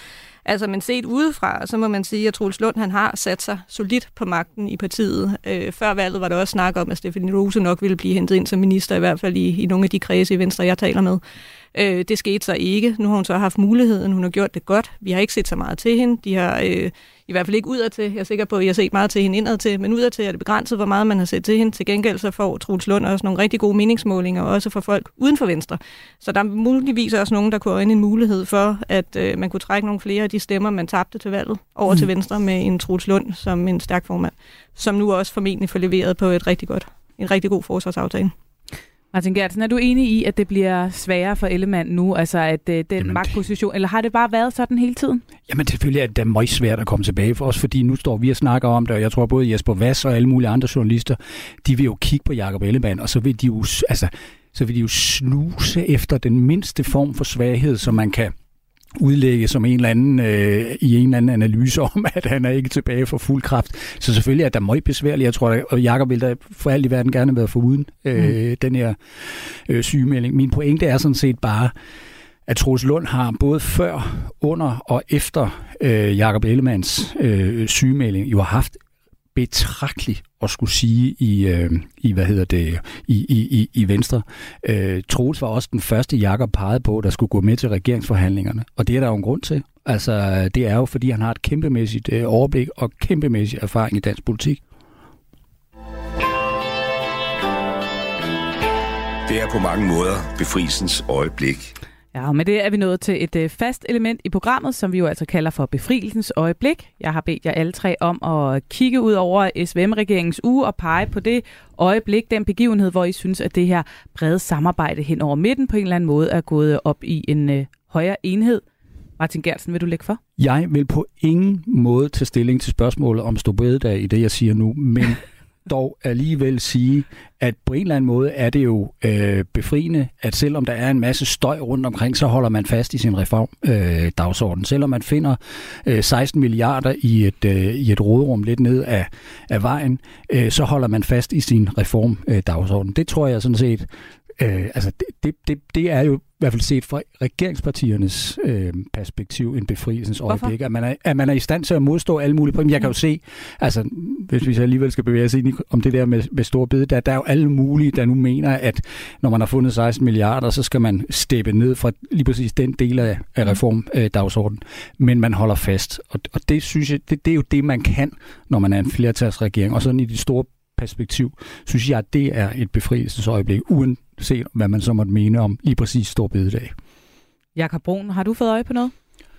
[SPEAKER 6] Altså, men set udefra, så må man sige, at Troels Lund, han har sat sig solidt på magten i partiet. Øh, før valget var der også snak om, at Stephanie Lose nok ville blive hentet ind som minister, i hvert fald i, i nogle af de kredse i Venstre, jeg taler med. Øh, det skete så ikke. Nu har hun så haft muligheden. Hun har gjort det godt. Vi har ikke set så meget til hende. De har øh, i hvert fald ikke udadtil. Jeg er sikker på, at I har set meget til hende indadtil, men udadtil er det begrænset, hvor meget man har set til hende. Til gengæld så får Troels Lund også nogle rigtig gode meningsmålinger, også for folk uden for Venstre. Så der er muligvis også nogen, der kunne øjne en mulighed for, at øh, man kunne trække nogle flere af de stemmer, man tabte til valget, over mm. til Venstre med en Troels Lund som en stærk formand, som nu også formentlig får leveret på et rigtig godt, en rigtig god forsvarsaftale.
[SPEAKER 3] Martin Geertsen, er du enig i, at det bliver sværere for Ellemann nu, altså at øh, den Jamen, magtposition, eller har det bare været sådan hele tiden?
[SPEAKER 4] Jamen selvfølgelig er det meget svært at komme tilbage for os, fordi nu står vi og snakker om det, og jeg tror både Jesper Vass og alle mulige andre journalister, de vil jo kigge på Jakob Ellemann, og så vil de jo, altså, så vil de jo snuse efter den mindste form for svaghed, som man kan udlægge som en eller anden, øh, i en eller anden analyse om, at han er ikke tilbage for fuld kraft. Så selvfølgelig er det meget besværligt. Jeg tror, at Jakob ville da for alt i verden gerne være foruden øh, mm. den her øh, sygemelding. Min pointe er sådan set bare, at Troels Lund har både før, under og efter øh, Jakob Ellemanns øh, sygemelding jo har haft betragteligt at skulle sige i, øh, i hvad hedder det, i, i, i Venstre. Øh, Troels var også den første, Jakob pegede på, der skulle gå med til regeringsforhandlingerne. Og det er der jo en grund til. Altså, det er jo, fordi han har et kæmpemæssigt øh, overblik og kæmpemæssig erfaring i dansk politik.
[SPEAKER 8] Det er på mange måder befrielsens øjeblik.
[SPEAKER 3] Ja, og med det er vi nået til et øh, fast element i programmet, som vi jo altså kalder for befrielsens øjeblik. Jeg har bedt jer alle tre om at kigge ud over S V M-regeringens uge og pege på det øjeblik, den begivenhed, hvor I synes, at det her brede samarbejde hen over midten på en eller anden måde er gået op i en øh, højere enhed. Martin Geertsen, vil du lægge for?
[SPEAKER 4] Jeg vil på ingen måde tage stilling til spørgsmålet om store bededag i det, jeg siger nu, men dog alligevel sige, at på en eller anden måde er det jo øh, befriende, at selvom der er en masse støj rundt omkring, så holder man fast i sin reformdagsorden. Øh, selvom man finder øh, seksten milliarder i et, øh, i et råderum lidt ned af, af vejen, øh, så holder man fast i sin reformdagsorden. Det tror jeg sådan set, øh, altså det, det, det, det er jo i hvert fald set fra regeringspartiernes øh, perspektiv en befrielsens øjeblik, at man, er, at man er i stand til at modstå alle mulige problemer. Jeg kan jo se, altså hvis vi så alligevel skal bevæge os ind i, om det der med, med store bede, der, der er jo alle mulige, der nu mener, at når man har fundet seksten milliarder, så skal man steppe ned fra lige præcis den del af, af reformdagsordenen. Øh, Men man holder fast, og, og det synes jeg, det, det er jo det, man kan, når man er en flertalsregering, og sådan i det store perspektiv, synes jeg, at det er et befrielsesøjeblik, uanset hvad man så måtte mene om lige præcis store bededag.
[SPEAKER 3] Jakob Brun, har du fået øje på noget?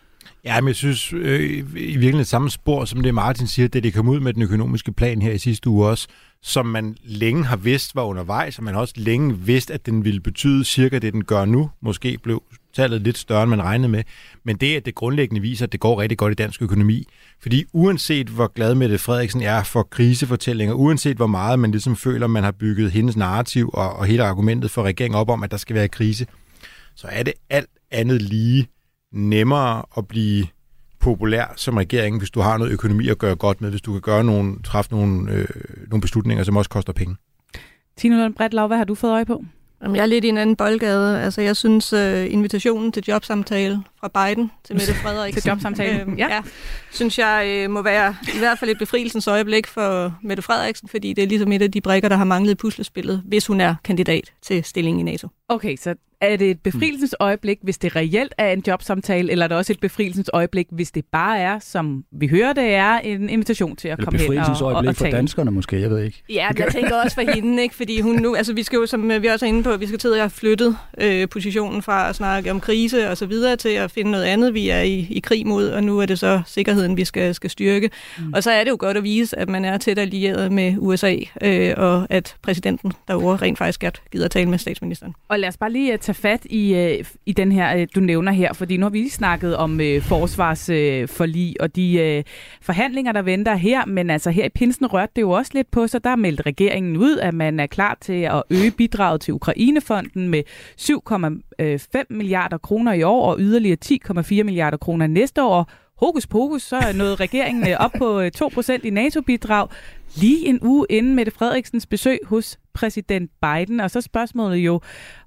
[SPEAKER 5] Ja, men jeg synes øh, i virkeligheden et samme spor, som det Martin siger, det det kom ud med den økonomiske plan her i sidste uge også, som man længe har vidst var undervejs, og man har også længe vidst, at den ville betyde cirka det, den gør nu. Måske blev tallet lidt større, end man regnede med. Men det, at det grundlæggende viser, at det går rigtig godt i dansk økonomi. Fordi uanset hvor glad Mette Frederiksen er for krisefortællinger, uanset hvor meget man ligesom føler, man har bygget hendes narrativ og, og hele argumentet for regeringen op om, at der skal være krise, så er det alt andet lige nemmere at blive populær som regering, hvis du har noget økonomi at gøre godt med, hvis du kan gøre nogle, træffe nogle, øh, nogle beslutninger, som også koster penge.
[SPEAKER 3] Tine Lund Bredlav, hvad har du fået øje på?
[SPEAKER 6] Jamen, jeg er lidt i en anden boldgade. Altså, jeg synes, uh, invitationen til jobsamtale fra Biden til Mette Frederiksen,
[SPEAKER 3] til jobsamtale,
[SPEAKER 6] øh,
[SPEAKER 3] ja.
[SPEAKER 6] ja, synes jeg uh, må være i hvert fald et befrielsens øjeblik for Mette Frederiksen, fordi det er ligesom et af de brikker, der har manglet i puslespillet, hvis hun er kandidat til stillingen i NATO.
[SPEAKER 3] Okay, så er det et befrielsens øjeblik, hvis det reelt er en jobsamtale, eller er det også et befrielsens øjeblik, hvis det bare er, som vi hører, det er en invitation til at eller komme hen og, og, og tale?
[SPEAKER 4] Befrielsens øjeblik for danskerne måske, jeg ved ikke.
[SPEAKER 6] Ja, jeg tænker også for hende, ikke? Fordi hun nu, altså vi skal jo, som vi også er inde på, vi skal til at have flyttet øh, positionen fra at snakke om krise og så videre til at finde noget andet, vi er i, i krig mod, og nu er det så sikkerheden, vi skal, skal styrke. Mm. Og så er det jo godt at vise, at man er tæt allieret med U S A, øh, og at præsidenten derovre rent faktisk godt gider tale med statsministeren.
[SPEAKER 3] Og lad os bare lige tage fat i, øh, i den her, øh, du nævner her, fordi nu har vi lige snakket om øh, forsvarsforlig øh, og de øh, forhandlinger, der venter her, men altså her i pinsen rørte det jo også lidt på sig. Der meldte regeringen ud, at man er klar til at øge bidraget til Ukrainefonden med syv komma fem milliarder kroner i år og yderligere ti komma fire milliarder kroner næste år. Hokus pokus, så er noget regeringen op på to procent i NATO-bidrag lige en uge inden Mette Frederiksens besøg hos præsident Biden. Og så spørgsmålet jo,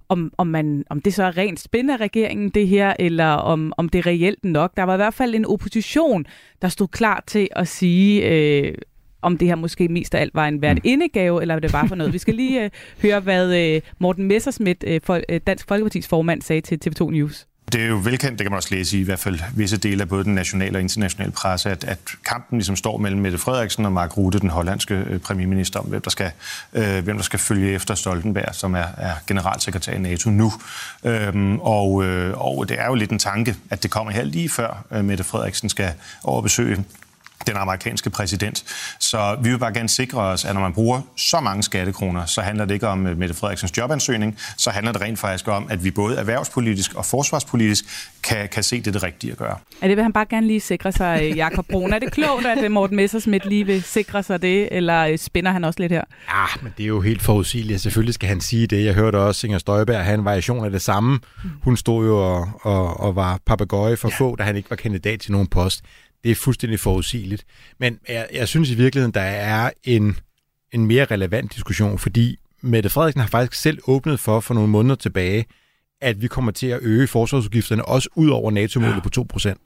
[SPEAKER 3] om, om, man, om det så er rent spin af regeringen, det her, eller om, om det er reelt nok. Der var i hvert fald en opposition, der stod klar til at sige, øh, om det her måske mest af alt var en værtindegave, eller hvad det var for noget. Vi skal lige øh, høre, hvad øh, Morten Messerschmidt, øh, for, øh, Dansk Folkepartis formand, sagde til T V to News.
[SPEAKER 9] Det er jo velkendt, det kan man også læse i, i hvert fald visse dele af både den nationale og internationale presse, at, at kampen ligesom står mellem Mette Frederiksen og Mark Rutte, den hollandske øh, premierminister, om hvem der, skal, øh, hvem der skal følge efter Stoltenberg, som er, er generalsekretær i NATO nu. Øhm, og, øh, og det er jo lidt en tanke, at det kommer her lige før øh, Mette Frederiksen skal overbesøge den amerikanske præsident. Så vi vil bare gerne sikre os, at når man bruger så mange skattekroner, så handler det ikke om Mette Frederiksens jobansøgning, så handler det rent faktisk om, at vi både erhvervspolitisk og forsvarspolitisk kan, kan se, det er det rigtige at gøre.
[SPEAKER 3] Ja, det vil han bare gerne lige sikre sig, Jakob Brun. Er det klogt, at Morten Messerschmidt lige vil sikre sig det, eller spænder han også lidt her?
[SPEAKER 5] Ja, men det er jo helt forudsigeligt. Selvfølgelig skal han sige det. Jeg hørte også Inger Støjberg have en variation af det samme. Hun stod jo og, og, og var papegøje for ja. få, da han ikke var kandidat til nogen post. Det er fuldstændig forudsigeligt. Men jeg, jeg synes i virkeligheden, der er en, en mere relevant diskussion, fordi Mette Frederiksen har faktisk selv åbnet for for nogle måneder tilbage, at vi kommer til at øge forsvarsudgifterne også ud over NATO-målet ja. på to procent.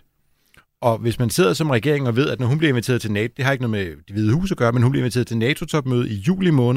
[SPEAKER 5] Og hvis man sidder som regering og ved, at når hun bliver inviteret til NATO, det har ikke noget med Det Hvide Hus at gøre, men hun bliver inviteret til NATO-topmøde i juli måned,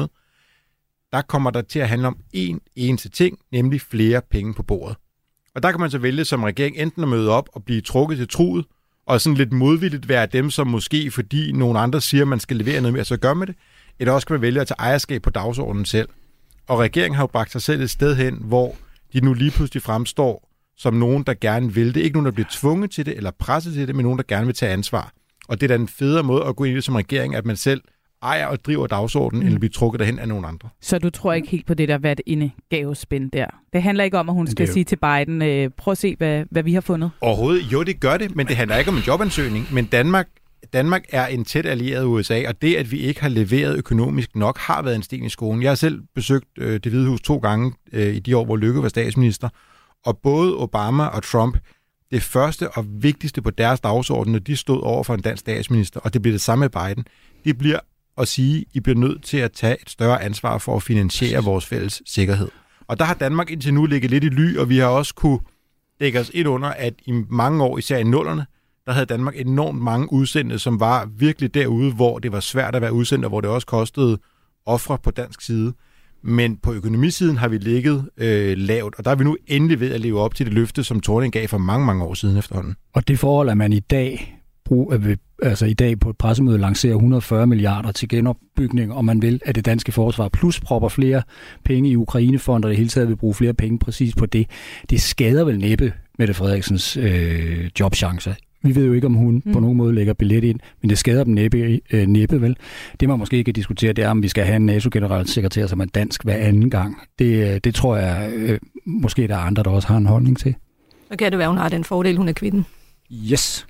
[SPEAKER 5] der kommer der til at handle om én eneste ting, nemlig flere penge på bordet. Og der kan man så vælge som regering enten at møde op og blive trukket til truget, og sådan lidt modvilligt være dem, som måske, fordi nogle andre siger, at man skal levere noget mere, så gør med det. Eller også kan man vælge at tage ejerskab på dagsordenen selv. Og regeringen har jo bragt sig selv et sted hen, hvor de nu lige pludselig fremstår som nogen, der gerne vil det. Ikke nogen, der bliver tvunget til det eller presset til det, men nogen, der gerne vil tage ansvar. Og det er da en federe måde at gå ind i det som regering, at man selv ejer og driver dagsordenen, mm. end at blive trukket derhen af nogen andre.
[SPEAKER 3] Så du tror ikke helt på det der værtindegavespænd der? Det handler ikke om, at hun skal sige til Biden, øh, prøv at se, hvad, hvad vi har fundet.
[SPEAKER 5] Overhovedet, jo, det gør det, men det handler ikke om en jobansøgning. Men Danmark, Danmark er en tæt allieret af U S A, og det, at vi ikke har leveret økonomisk nok, har været en sten i skoen. Jeg har selv besøgt øh, Det Hvide Hus to gange øh, i de år, hvor Løkke var statsminister, og både Obama og Trump, det første og vigtigste på deres dagsorden, når de stod over for en dansk statsminister, og det bliver det samme med Biden, det bliver at sige, I bliver nødt til at tage et større ansvar for at finansiere vores fælles sikkerhed. Og der har Danmark indtil nu ligget lidt i ly, og vi har også kunne lægge os ind under, at i mange år, især i nullerne, der havde Danmark enormt mange udsendte, som var virkelig derude, hvor det var svært at være udsendt, og hvor det også kostede ofre på dansk side. Men på økonomisiden har vi ligget øh, lavt, og der er vi nu endelig ved at leve op til det løfte, som Thorning gav for mange, mange år siden efterhånden.
[SPEAKER 4] Og det forhold, at man i dag brug, altså i dag på et pressemøde lancerer et hundrede og fyrre milliarder til genopbygning, og man vil, at det danske forsvar plus propper flere penge i Ukrainefond, og det hele taget vil bruge flere penge præcis på det. Det skader vel næppe Mette Frederiksens øh, jobchancer. Vi ved jo ikke, om hun mm. på nogen måde lægger billet ind, men det skader dem næppe, øh, næppe vel. Det man måske ikke kan diskutere, det er, om vi skal have en NATO-generalsekretær, som er dansk hver anden gang. Det, det tror jeg, øh, måske der er andre, der også har en holdning til.
[SPEAKER 6] Så kan det være, hun har den fordel, hun er kvinden.
[SPEAKER 4] Yes.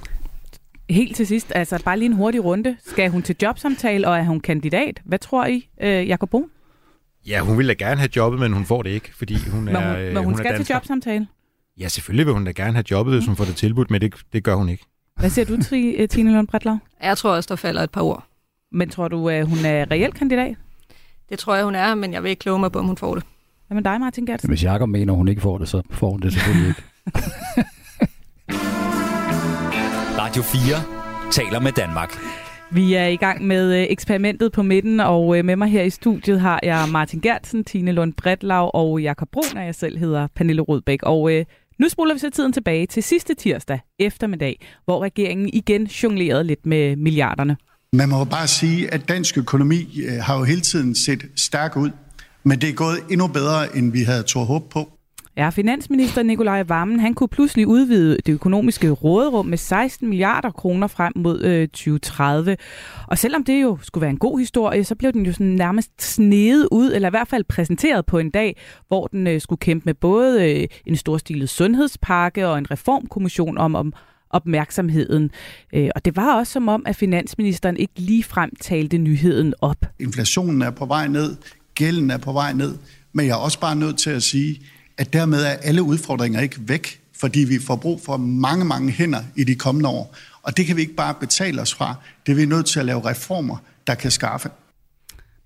[SPEAKER 3] Helt til sidst, altså bare lige en hurtig runde. Skal hun til jobsamtale, og er hun kandidat? Hvad tror I, øh, Jakob Brun?
[SPEAKER 5] Ja, hun vil da gerne have jobbet, men hun får det ikke, fordi hun er
[SPEAKER 3] Men hun, men hun, hun skal til jobsamtale?
[SPEAKER 5] Ja, selvfølgelig vil hun da gerne have jobbet, hvis hun får det tilbudt, men det, det gør hun ikke.
[SPEAKER 3] Hvad siger du, Tine Lund Bretlau?
[SPEAKER 6] Jeg tror også, der falder et par ord.
[SPEAKER 3] Men tror du, at hun er reelt kandidat?
[SPEAKER 6] Det tror jeg, hun er, men jeg vil ikke kloge mig på, om hun får det.
[SPEAKER 3] Hvad med dig, Martin Geertsen?
[SPEAKER 4] Hvis Jakob mener, hun ikke får det, så får hun det selvfølgelig ikke.
[SPEAKER 2] Radio fire taler med Danmark.
[SPEAKER 3] Vi er i gang med eksperimentet på midten, og med mig her i studiet har jeg Martin Geertsen, Tine Lund Bretlau og Jakob Brun, og jeg selv hedder Pernille Rødbæk. Og øh, nu spoler vi så tiden tilbage til sidste tirsdag eftermiddag, hvor regeringen igen jonglerede lidt med milliarderne.
[SPEAKER 10] Man må jo bare sige, at dansk økonomi har jo hele tiden set stærk ud, men det er gået endnu bedre, end vi havde turde håbe på.
[SPEAKER 3] Ja, finansminister Nicolai Wammen, han kunne pludselig udvide det økonomiske råderum med seksten milliarder kroner frem mod øh, tyve tredive. Og selvom det jo skulle være en god historie, så blev den jo sådan nærmest sneget ud, eller i hvert fald præsenteret på en dag, hvor den øh, skulle kæmpe med både øh, en storstilet sundhedspakke og en reformkommission om, om opmærksomheden. Øh, og det var også som om, at finansministeren ikke ligefrem talte nyheden op.
[SPEAKER 10] Inflationen er på vej ned, gælden er på vej ned, men jeg er også bare nødt til at sige, at dermed er alle udfordringer ikke væk, fordi vi får brug for mange, mange hænder i de kommende år. Og det kan vi ikke bare betale os fra. Det er vi nødt til at lave reformer, der kan skaffe.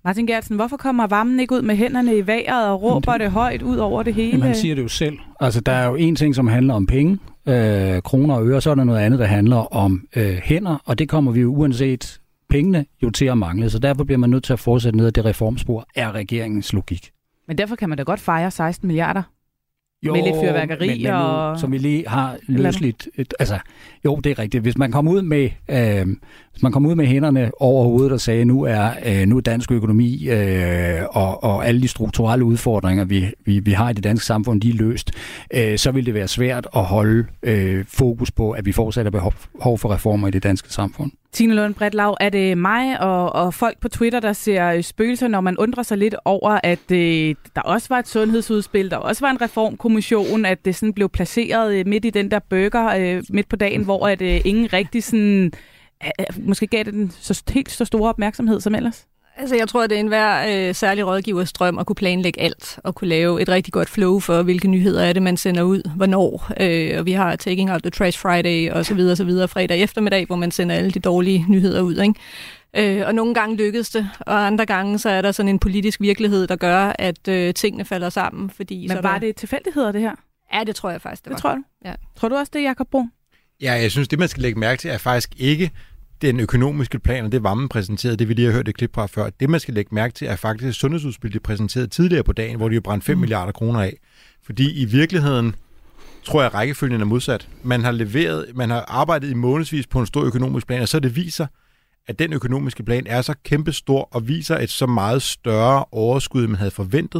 [SPEAKER 3] Martin Geertsen, hvorfor kommer varmen ikke ud med hænderne i vejret og råber det, det højt ud over det hele?
[SPEAKER 4] Man siger det jo selv. Altså, der er jo en ting, som handler om penge, øh, kroner og øre, så er der noget andet, der handler om øh, hænder, og det kommer vi jo uanset pengene jo til at mangle. Så derfor bliver man nødt til at fortsætte ned ad det reformspor, er regeringens logik.
[SPEAKER 3] Men derfor kan man da godt fejre seksten milliarder.
[SPEAKER 4] Jo,
[SPEAKER 3] med lidt fyrværkeri
[SPEAKER 4] men, men nu,
[SPEAKER 3] og...
[SPEAKER 4] som vi lige har løsligt... Et, altså, jo, det er rigtigt. Hvis man kommer ud med, øh, hvis man kommer ud med hænderne over hovedet og sagde, nu er øh, nu er dansk økonomi øh, og, og alle de strukturelle udfordringer, vi, vi, vi har i det danske samfund, de er løst, øh, så vil det være svært at holde øh, fokus på, at vi fortsat har behov for reformer i det danske samfund.
[SPEAKER 3] Tine Lund Bretlau, er det mig og, og folk på Twitter, der ser spøgelser, når man undrer sig lidt over, at øh, der også var et sundhedsudspil, der også var en reformkommission, at det sådan blev placeret øh, midt i den der burger øh, midt på dagen, hvor at, øh, ingen rigtig sådan, øh, måske gav det den så, helt så store opmærksomhed som ellers?
[SPEAKER 6] Altså, jeg tror, det er enhver øh, særlig rådgivers drøm at kunne planlægge alt, og kunne lave et rigtig godt flow for, hvilke nyheder er det, man sender ud, hvornår. Øh, og vi har Taking Out the Trash Friday, og så videre, så videre, fredag eftermiddag, hvor man sender alle de dårlige nyheder ud, ikke? Øh, og nogle gange lykkedes det, og andre gange, så er der sådan en politisk virkelighed, der gør, at øh, tingene falder sammen. Fordi,
[SPEAKER 3] Men
[SPEAKER 6] så
[SPEAKER 3] var
[SPEAKER 6] der...
[SPEAKER 3] det tilfældigheder, det her?
[SPEAKER 6] Ja, det tror jeg faktisk, det,
[SPEAKER 3] det
[SPEAKER 6] var.
[SPEAKER 3] tror du?
[SPEAKER 6] Ja.
[SPEAKER 3] Tror du også det, Jakob Brun?
[SPEAKER 5] Ja, jeg synes, det man skal lægge mærke til, er faktisk ikke den økonomiske plan, og det var man præsenteret, det vi lige har hørt et klip fra før. Det, man skal lægge mærke til, er faktisk et sundhedsudspil, de præsenterede tidligere på dagen, hvor de jo brændte fem mm. milliarder kroner af. Fordi i virkeligheden, tror jeg, rækkefølgen er modsat. Man har leveret, man har arbejdet i månedsvis på en stor økonomisk plan, og så det viser, at den økonomiske plan er så kæmpestor, og viser et så meget større overskud, man havde forventet,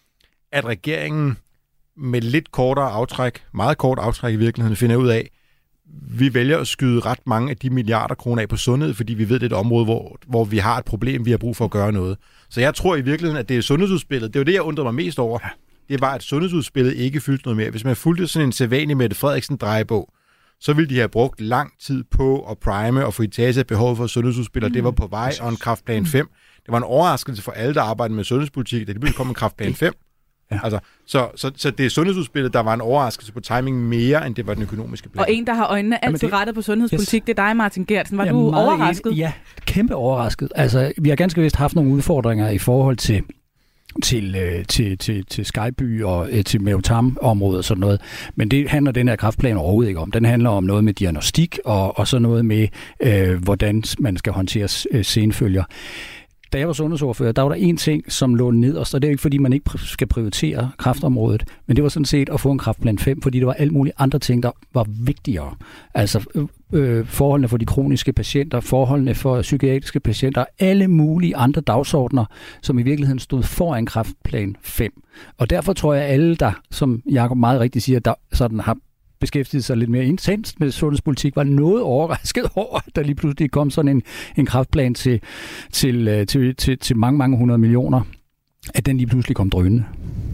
[SPEAKER 5] at regeringen med lidt kortere aftræk, meget kort aftræk i virkeligheden, finder ud af, vi vælger at skyde ret mange af de milliarder kroner af på sundhed, fordi vi ved, det er et område, hvor, hvor vi har et problem, vi har brug for at gøre noget. Så jeg tror i virkeligheden, at det er sundhedsudspillet. Det var det, jeg undrede mig mest over. Det var, at sundhedsudspillet ikke fyldte noget mere. Hvis man fulgte sådan en sædvanlig Mette Frederiksen-drejebog, så ville de have brugt lang tid på at prime og få i tase behovet for sundhedsudspil, og det var på vej, og en kræftplan fem. Det var en overraskelse for alle, der arbejdede med sundhedspolitik, da det blev kommet en kræftplan fem. Ja. Altså, så, så, så det er sundhedsudspillet, der var en overraskelse på timing mere, end det var den økonomiske plan.
[SPEAKER 3] Og en, der har øjnene altid det, rettet på sundhedspolitik, yes. Det er dig, Martin Geertsen. Var du overrasket?
[SPEAKER 4] En, ja, kæmpe overrasket. Altså, vi har ganske vist haft nogle udfordringer i forhold til til, øh, til, til, til Skyby og øh, til Mavetam-området og sådan noget. Men det handler den her kræftplan overhovedet ikke om. Den handler om noget med diagnostik og, og så noget med, øh, hvordan man skal håndtere øh, senfølger. Da jeg var sundhedsordfører, der var der en ting, som lå nederst, og det er ikke, fordi man ikke skal prioritere kræftområdet, men det var sådan set at få en kræftplan fem, fordi der var alle mulige andre ting, der var vigtigere. Altså øh, forholdene for de kroniske patienter, forholdene for psykiatriske patienter, alle mulige andre dagsordner, som i virkeligheden stod foran kræftplan fem. Og derfor tror jeg, alle der, som Jakob meget rigtigt siger, der sådan har beskæftiget sig lidt mere intenst med sundhedspolitik, var noget overrasket over, at der lige pludselig kom sådan en, en kræftplan til, til, til, til, til mange, mange hundrede millioner, at den lige pludselig kom drønende.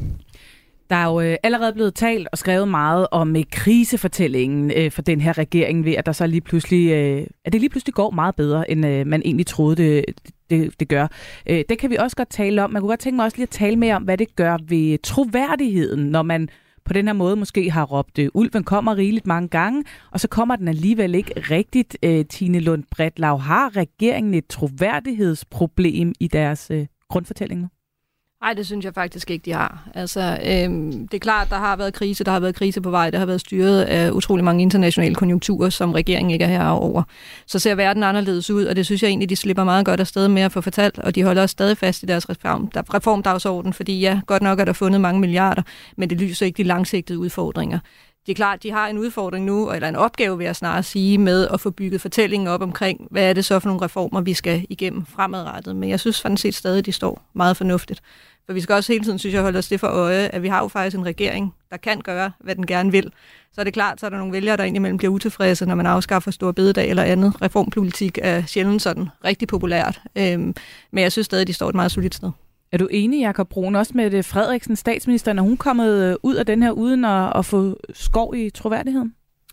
[SPEAKER 3] Der er jo øh, allerede blevet talt og skrevet meget om øh, krisefortællingen øh, for den her regering, ved at der så lige pludselig, øh, at det lige pludselig går meget bedre, end øh, man egentlig troede, det, det, det gør. Øh, det kan vi også godt tale om. Man kunne godt tænke mig også lige at tale mere om, hvad det gør ved troværdigheden, når man på den her måde måske har råbt, øh, ulven kommer rigeligt mange gange, og så kommer den alligevel ikke rigtigt. Øh, Tine Lund Bretlau, har regeringen et troværdighedsproblem i deres øh, grundfortælling nu?
[SPEAKER 6] Nej, det synes jeg faktisk ikke, de har. Altså, øhm, det er klart, der har været krise, der har været krise på vej, der har været styret af utrolig mange internationale konjunkturer, som regeringen ikke er herover. Så ser verden anderledes ud, og det synes jeg egentlig, de slipper meget godt afsted med at få fortalt, og de holder også stadig fast i deres reform, der, reformdagsorden, fordi ja, godt nok er der fundet mange milliarder, men det lyser ikke de langsigtede udfordringer. Det er klart, de har en udfordring nu, eller en opgave, vil jeg snarere sige, med at få bygget fortællingen op omkring, hvad er det så for nogle reformer, vi skal igennem fremadrettet. Men jeg synes faktisk stadig, de står meget fornuftigt. For vi skal også hele tiden, synes jeg, holde os det for øje, at vi har jo faktisk en regering, der kan gøre, hvad den gerne vil. Så er det klart, så er der nogle vælgere, der indimellem bliver utilfredse, når man afskaffer store bededag eller andet. Reformpolitik er sjældent sådan rigtig populært. Øhm, men jeg synes stadig, de står et meget solidt sted.
[SPEAKER 3] Er du enig, Jakob Brun, også med Frederiksen, statsministeren, er hun kommet ud af den her uden at, at få skov i troværdigheden?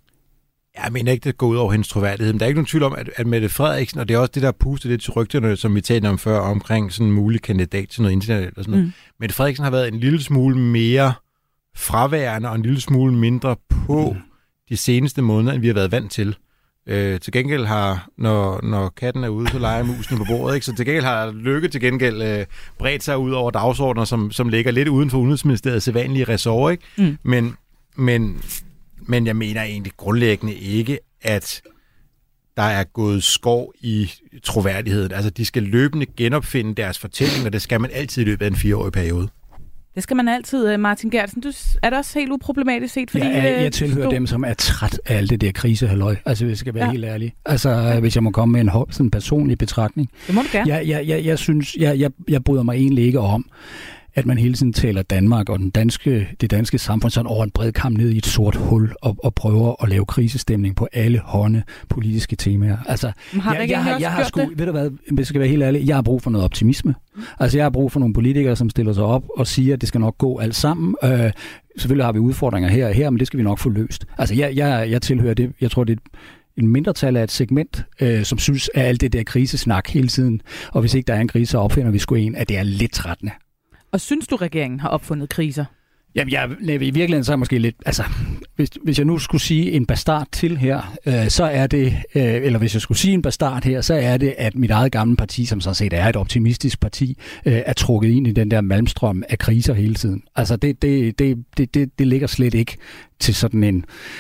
[SPEAKER 5] Jeg mener ikke, det går ud over hendes troværdighed, men der er ikke nogen tvivl om, at, at Mette Frederiksen, og det er også det, der puster lidt til rygterne, som vi talte om før, omkring sådan en mulig kandidat til noget internationalt og sådan noget. Mm. Mette Frederiksen har været en lille smule mere fraværende og en lille smule mindre på mm. de seneste måneder, end vi har været vant til. Øh, til gengæld har, når, når katten er ude, så leger musen på bordet, ikke? Så til gengæld har Løkke til gengæld øh, bredt sig ud over dagsordner, som, som ligger lidt uden for Udenrigsministeriets sædvanlige ressort, ikke? Mm. Men, men, men jeg mener egentlig grundlæggende ikke, at der er gået skov i troværdigheden. Altså, de skal løbende genopfinde deres fortælling, og det skal man altid i løbet af en fireårig periode. Det
[SPEAKER 3] skal man altid, Martin Geertsen. Du, er det også helt uproblematisk set? Fordi,
[SPEAKER 4] ja, jeg, jeg tilhører du... dem, som er træt af alt det der krisehalløj. Altså, hvis jeg skal være ja. helt ærlig. Altså, ja. hvis jeg må komme med en sådan personlig betragtning.
[SPEAKER 3] Det må du gerne.
[SPEAKER 4] Jeg, jeg, jeg, jeg synes, jeg, jeg, jeg bryder mig egentlig ikke om, at man hele tiden taler Danmark og den danske, det danske samfund sådan over en bred kam ned i et sort hul og, og prøver at lave krisestemning på alle hånde politiske temaer. Altså,
[SPEAKER 3] har
[SPEAKER 4] jeg, jeg, jeg, jeg har sgu, ved du hvad, hvis jeg skal være helt ærlig, jeg har brug for noget optimisme. Mm. Altså, jeg har brug for nogle politikere, som stiller sig op og siger, at det skal nok gå alt sammen. Øh, selvfølgelig har vi udfordringer her og her, men det skal vi nok få løst. Altså, jeg, jeg, jeg tilhører det, jeg tror, det er en mindretal af et segment, øh, som synes, at alt det der krisesnak hele tiden, og hvis ikke der er en krise, så opfinder vi sgu en, at det er lidt trættende.
[SPEAKER 3] Og synes du, regeringen har opfundet kriser?
[SPEAKER 4] Jamen, jeg, i virkeligheden så er måske lidt... Altså, hvis, hvis jeg nu skulle sige en bastard til her, øh, så er det... Øh, eller hvis jeg skulle sige en bastard her, så er det, at mit eget gamle parti, som sådan set er et optimistisk parti, øh, er trukket ind i den der malmstrøm af kriser hele tiden. Altså, det, det, det, det, det, det ligger slet ikke til sådan en,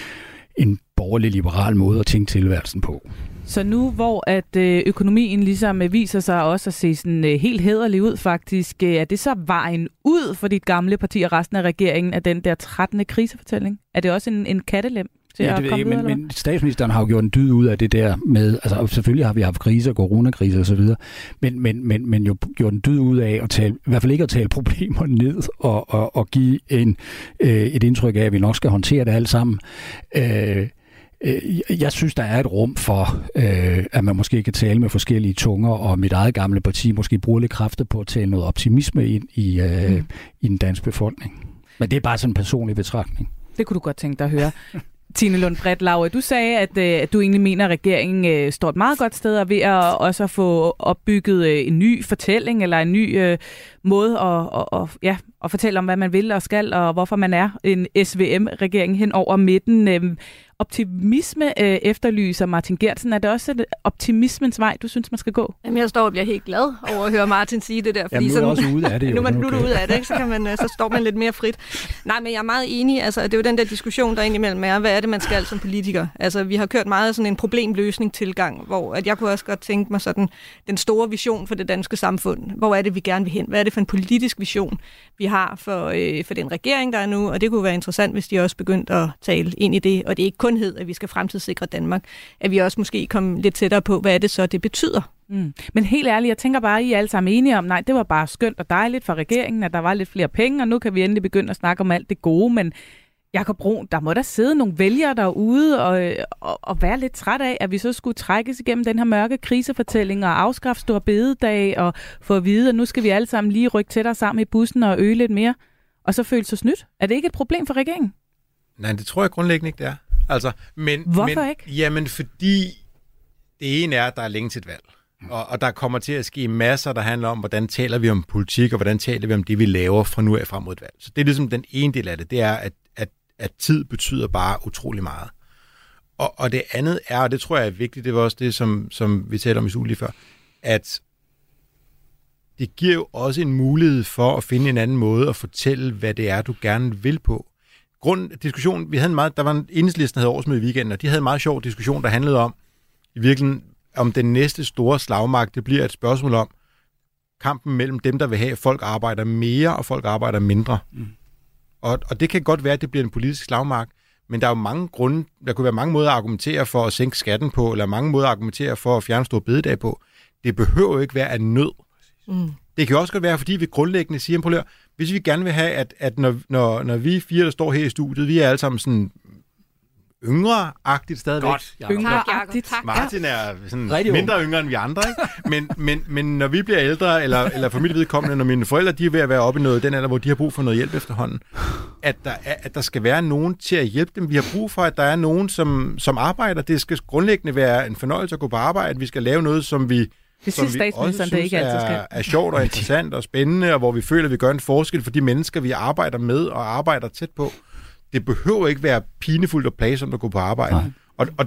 [SPEAKER 4] en borgerlig-liberal måde at tænke tilværelsen på.
[SPEAKER 3] Så nu, hvor at økonomien ligesom viser sig også at se sådan helt hæderlig ud faktisk, er det så vejen ud for dit gamle parti og resten af regeringen af den der trettende krisefortælling? Er det også en, en kattelem til
[SPEAKER 4] ja,
[SPEAKER 3] at
[SPEAKER 4] det
[SPEAKER 3] komme
[SPEAKER 4] ikke,
[SPEAKER 3] videre?
[SPEAKER 4] Men, men statsministeren har jo gjort en dyd ud af det der med, altså selvfølgelig har vi haft kriser, coronakriser og så videre, men, men, men, men jo gjort en dyd ud af at tale, i hvert fald ikke at tale problemer ned og, og, og give en, øh, et indtryk af, at vi nok skal håndtere det alt sammen. Øh, Jeg synes, der er et rum for, øh, at man måske kan tale med forskellige tunger, og mit eget gamle parti måske bruger lidt kræfter på at tale noget optimisme ind i, øh, mm. i den danske befolkning. Men det er bare sådan en personlig betragtning.
[SPEAKER 3] Det kunne du godt tænke dig at høre. Tine Lund Bredt-Laue, du sagde, at, at du egentlig mener, at regeringen øh, står et meget godt sted og ved at også at få opbygget øh, en ny fortælling eller en ny øh, måde at, og, og, ja, at fortælle om, hvad man vil og skal, og hvorfor man er en S V M-regering hen over midten. Øh, optimisme øh, efterlyser Martin Geertsen. Er det også et optimismens vej, du synes, man skal gå?
[SPEAKER 6] Jamen, jeg står og bliver helt glad over at høre Martin sige det der. Fordi
[SPEAKER 4] Jamen, nu er sådan, også ude af det. Jo,
[SPEAKER 6] nu er man
[SPEAKER 4] okay.
[SPEAKER 6] ude af det, ikke? Så, kan man, så står man lidt mere frit. Nej, men jeg er meget enig. Altså, det er jo den der diskussion, der indimellem er, hvad er det, man skal som politiker? Altså, vi har kørt meget sådan en problemløsning-tilgang, hvor at jeg kunne også godt tænke mig sådan den store vision for det danske samfund. Hvor er det, vi gerne vil hen? Hvad er det for en politisk vision, vi har for, øh, for den regering, der er nu? Og det kunne være interessant, hvis de også begyndte at tale ind i det. Og det er ikke kun hed, at vi skal fremtidssikre Danmark. At vi også måske komme lidt tættere på, hvad er det så, det betyder.
[SPEAKER 3] Mm. Men helt ærligt, jeg tænker bare, at I er alle sammen enige om, nej, det var bare skønt og dejligt for regeringen, at der var lidt flere penge, og nu kan vi endelig begynde at snakke om alt det gode, men Jakob Brun, der må der sidde nogle vælgere derude og, og, og være lidt træt af, at vi så skulle trækkes igennem den her mørke krisefortælling og afskaffe store bededag og få at vide, at nu skal vi alle sammen lige rykke tættere sammen i bussen og øge lidt mere, og så føle sig snydt. Er det ikke et problem for regeringen?
[SPEAKER 5] Nej, det tror jeg grundlæggende ikke, det er. Altså, men,
[SPEAKER 3] Hvorfor
[SPEAKER 5] men,
[SPEAKER 3] ikke?
[SPEAKER 5] Jamen, fordi det ene er, at der er længe til et valg. Og, og der kommer til at ske masser, der handler om, hvordan taler vi om politik, og hvordan taler vi om det, vi laver fra nu af frem mod et valg. Så det er ligesom den ene del af det, det er, at, at, at tid betyder bare utrolig meget. Og, og det andet er, og det tror jeg er vigtigt, det var også det, som, som vi talte om i uge lige før, at det giver jo også en mulighed for at finde en anden måde at fortælle, hvad det er, du gerne vil på. Grund diskussion, vi havde en meget, der var en Enhedslisten, der havde årsmøde i weekenden, og de havde en meget sjov diskussion, der handlede om, i virkeligheden, om den næste store slagmark, det bliver et spørgsmål om kampen mellem dem, der vil have, at folk arbejder mere, og folk arbejder mindre. Mm. Og, og det kan godt være, at det bliver en politisk slagmark, men der er jo mange grunde, der kunne være mange måder at argumentere for at sænke skatten på, eller mange måder at argumentere for at fjerne store bededag på. Det behøver jo ikke være af nød. Mm. Det kan også godt være, fordi vi grundlæggende siger, prøv at høre, hvis vi gerne vil have, at, at når, når, når vi fire, der står her i studiet, vi er alle sammen sådan yngre-agtigt stadigvæk.
[SPEAKER 3] Godt, yngre-agtigt.
[SPEAKER 5] Martin er sådan mindre yngre end vi andre, ikke? Men, men, men når vi bliver ældre, eller, eller familievedkommende, når mine forældre de er ved at være oppe i noget, den alder, hvor de har brug for noget hjælp efterhånden, at der, er, at der skal være nogen til at hjælpe dem. Vi har brug for, at der er nogen, som, som arbejder. Det skal grundlæggende være en fornøjelse at gå på arbejde. Vi skal lave noget, som vi
[SPEAKER 3] Det synes statsministeren, det ikke altid skal.
[SPEAKER 5] Er, er sjovt og interessant og spændende, og hvor vi føler, at vi gør en forskel for de mennesker, vi arbejder med og arbejder tæt på. Det behøver ikke være pinefuldt og plagsomt at gå på arbejde. Og, og, og,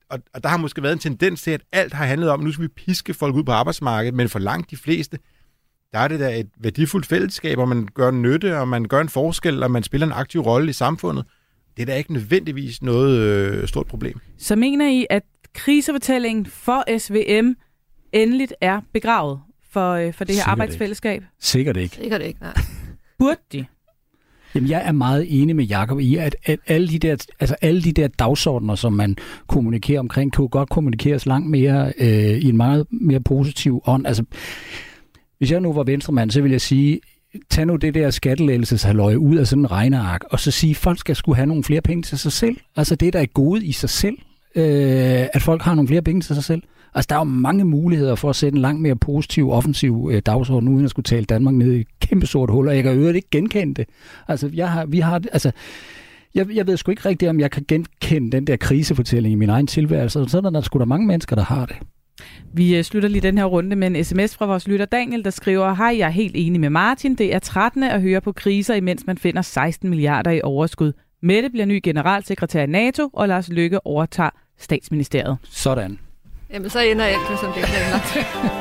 [SPEAKER 5] og, og der har måske været en tendens til, at alt har handlet om, at nu skal vi piske folk ud på arbejdsmarkedet, men for langt de fleste, der er det da et værdifuldt fællesskab, og man gør nytte, og man gør en forskel, og man spiller en aktiv rolle i samfundet. Det er da ikke nødvendigvis noget øh, stort problem.
[SPEAKER 3] Så mener I, at krisefortællingen for S V M endeligt er begravet for, øh, for det her
[SPEAKER 4] Sikkert
[SPEAKER 3] arbejdsfællesskab?
[SPEAKER 4] Ikke. Sikkert ikke.
[SPEAKER 6] Sikkert ikke, nej.
[SPEAKER 3] Burde de?
[SPEAKER 4] Jamen, jeg er meget enig med Jakob i, at, at alle, de der, altså alle de der dagsordner, som man kommunikerer omkring, kan jo godt kommunikeres langt mere øh, i en meget mere positiv ånd. Altså, hvis jeg nu var venstremand, så vil jeg sige, tag nu det der skattelettelseshalløje ud af sådan en regneark, og så sige, at folk skal skulle have nogle flere penge til sig selv. Altså, det der er gode i sig selv, øh, at folk har nogle flere penge til sig selv. Altså, der er jo mange muligheder for at sætte en langt mere positiv, offensiv øh, dagsorden, uden at skulle tale Danmark ned i et kæmpe sort hul, og jeg kan øvrigt ikke genkende det. Altså, jeg har, vi har, altså, jeg, jeg ved sgu ikke rigtigt, om jeg kan genkende den der krisefortælling i min egen tilværelse. Sådan er der sgu da mange mennesker, der har det.
[SPEAKER 3] Vi slutter lige den her runde med en sms fra vores lytter Daniel, der skriver: Hej, jeg er helt enig med Martin. Det er trættende at høre på kriser, imens man finder seksten milliarder i overskud. Mette bliver ny generalsekretær i NATO, og Lars Løkke overtager statsministeriet.
[SPEAKER 4] Sådan.
[SPEAKER 6] Jamen, så ender alt jo som det er.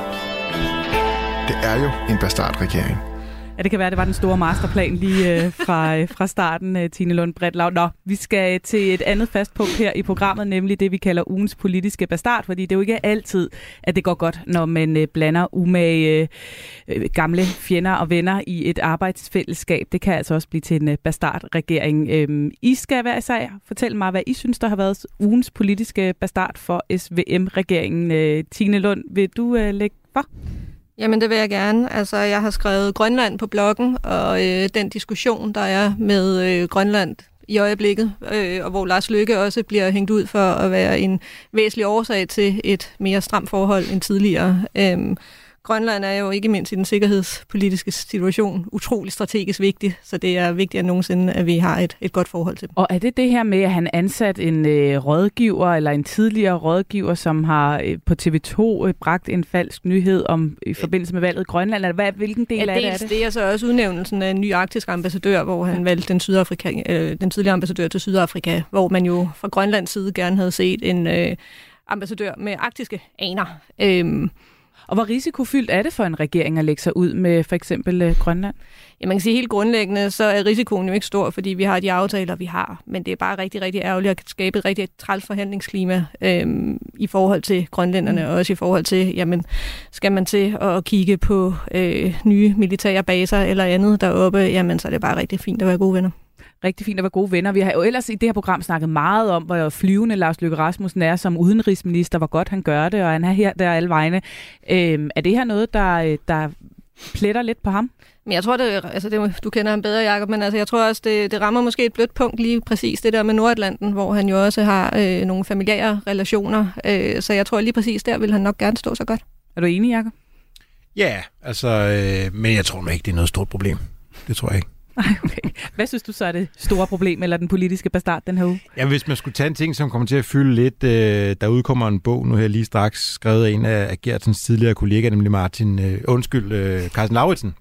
[SPEAKER 11] Det er jo en bastardregering.
[SPEAKER 3] Ja, det kan være, det var den store masterplan lige øh, fra, øh, fra starten, øh, Tine Lund Bretlau. Nå, vi skal til et andet fast punkt her i programmet, nemlig det, vi kalder ugens politiske bastard, fordi det er jo ikke altid, at det går godt, når man øh, blander umage øh, gamle fjender og venner i et arbejdsfællesskab. Det kan altså også blive til en øh, bastardregering. Øh, I skal være især fortælle mig, hvad I synes, der har været ugens politiske bastard for S V M-regeringen. Øh, Tine Lund, vil du øh, lægge for?
[SPEAKER 6] Jamen, det vil jeg gerne. Altså, jeg har skrevet Grønland på bloggen, og øh, den diskussion, der er med øh, Grønland i øjeblikket, øh, og hvor Lars Løkke også bliver hængt ud for at være en væsentlig årsag til et mere stramt forhold end tidligere. Øh, Grønland er jo ikke mindst i den sikkerhedspolitiske situation utrolig strategisk vigtig, så det er vigtigt at nogensinde, at vi har et, et godt forhold til dem.
[SPEAKER 3] Og er det det her med, at han ansat en øh, rådgiver, eller en tidligere rådgiver, som har øh, på T V to øh, bragt en falsk nyhed om i forbindelse med valget i Grønland? Eller hvad, hvilken del
[SPEAKER 6] ja,
[SPEAKER 3] af det er det?
[SPEAKER 6] Det er så også udnævnelsen af en ny arktisk ambassadør, hvor han valgte den, Sydafrika, øh, den tidligere ambassadør til Sydafrika, hvor man jo fra Grønlands side gerne havde set en øh, ambassadør med arktiske aner. Øh,
[SPEAKER 3] Og hvor risikofyldt er det for en regering at lægge sig ud med for eksempel øh, Grønland?
[SPEAKER 6] Ja, man kan sige helt grundlæggende, så er risikoen jo ikke stor, fordi vi har de aftaler, vi har. Men det er bare rigtig, rigtig ærgerligt at skabe et rigtig træls forhandlingsklima øhm, i forhold til grønlænderne, mm. og også i forhold til, jamen, skal man til at kigge på øh, nye militære baser eller andet deroppe, jamen, så er det bare rigtig fint at være gode venner.
[SPEAKER 3] Rigtig fint at være gode venner. Vi har jo ellers i det her program snakket meget om, hvor flyvende Lars Løkke Rasmussen er som udenrigsminister, hvor godt han gør det, og han er her der alle vegne. Øhm, er det her noget, der, der pletter lidt på ham?
[SPEAKER 6] Men jeg tror, det, altså det, du kender ham bedre, Jacob, men altså, jeg tror også, det, det rammer måske et blødt punkt lige præcis det der med Nordatlanten, hvor han jo også har øh, nogle familiære relationer. Øh, så jeg tror lige præcis der vil han nok gerne stå så godt.
[SPEAKER 3] Er du enig, Jacob?
[SPEAKER 5] Ja, altså, øh, men jeg tror ikke, det er noget stort problem. Det tror jeg ikke.
[SPEAKER 3] Nej, okay. Hvad synes du så er det store problem, eller den politiske bastard den her uge?
[SPEAKER 5] Ja, hvis man skulle tage en ting, som kommer til at fylde lidt, øh, der udkommer en bog nu her lige straks, skrevet af en af Gertsens tidligere kollegaer, nemlig Martin, øh, undskyld, øh, Carsten Lauritsen,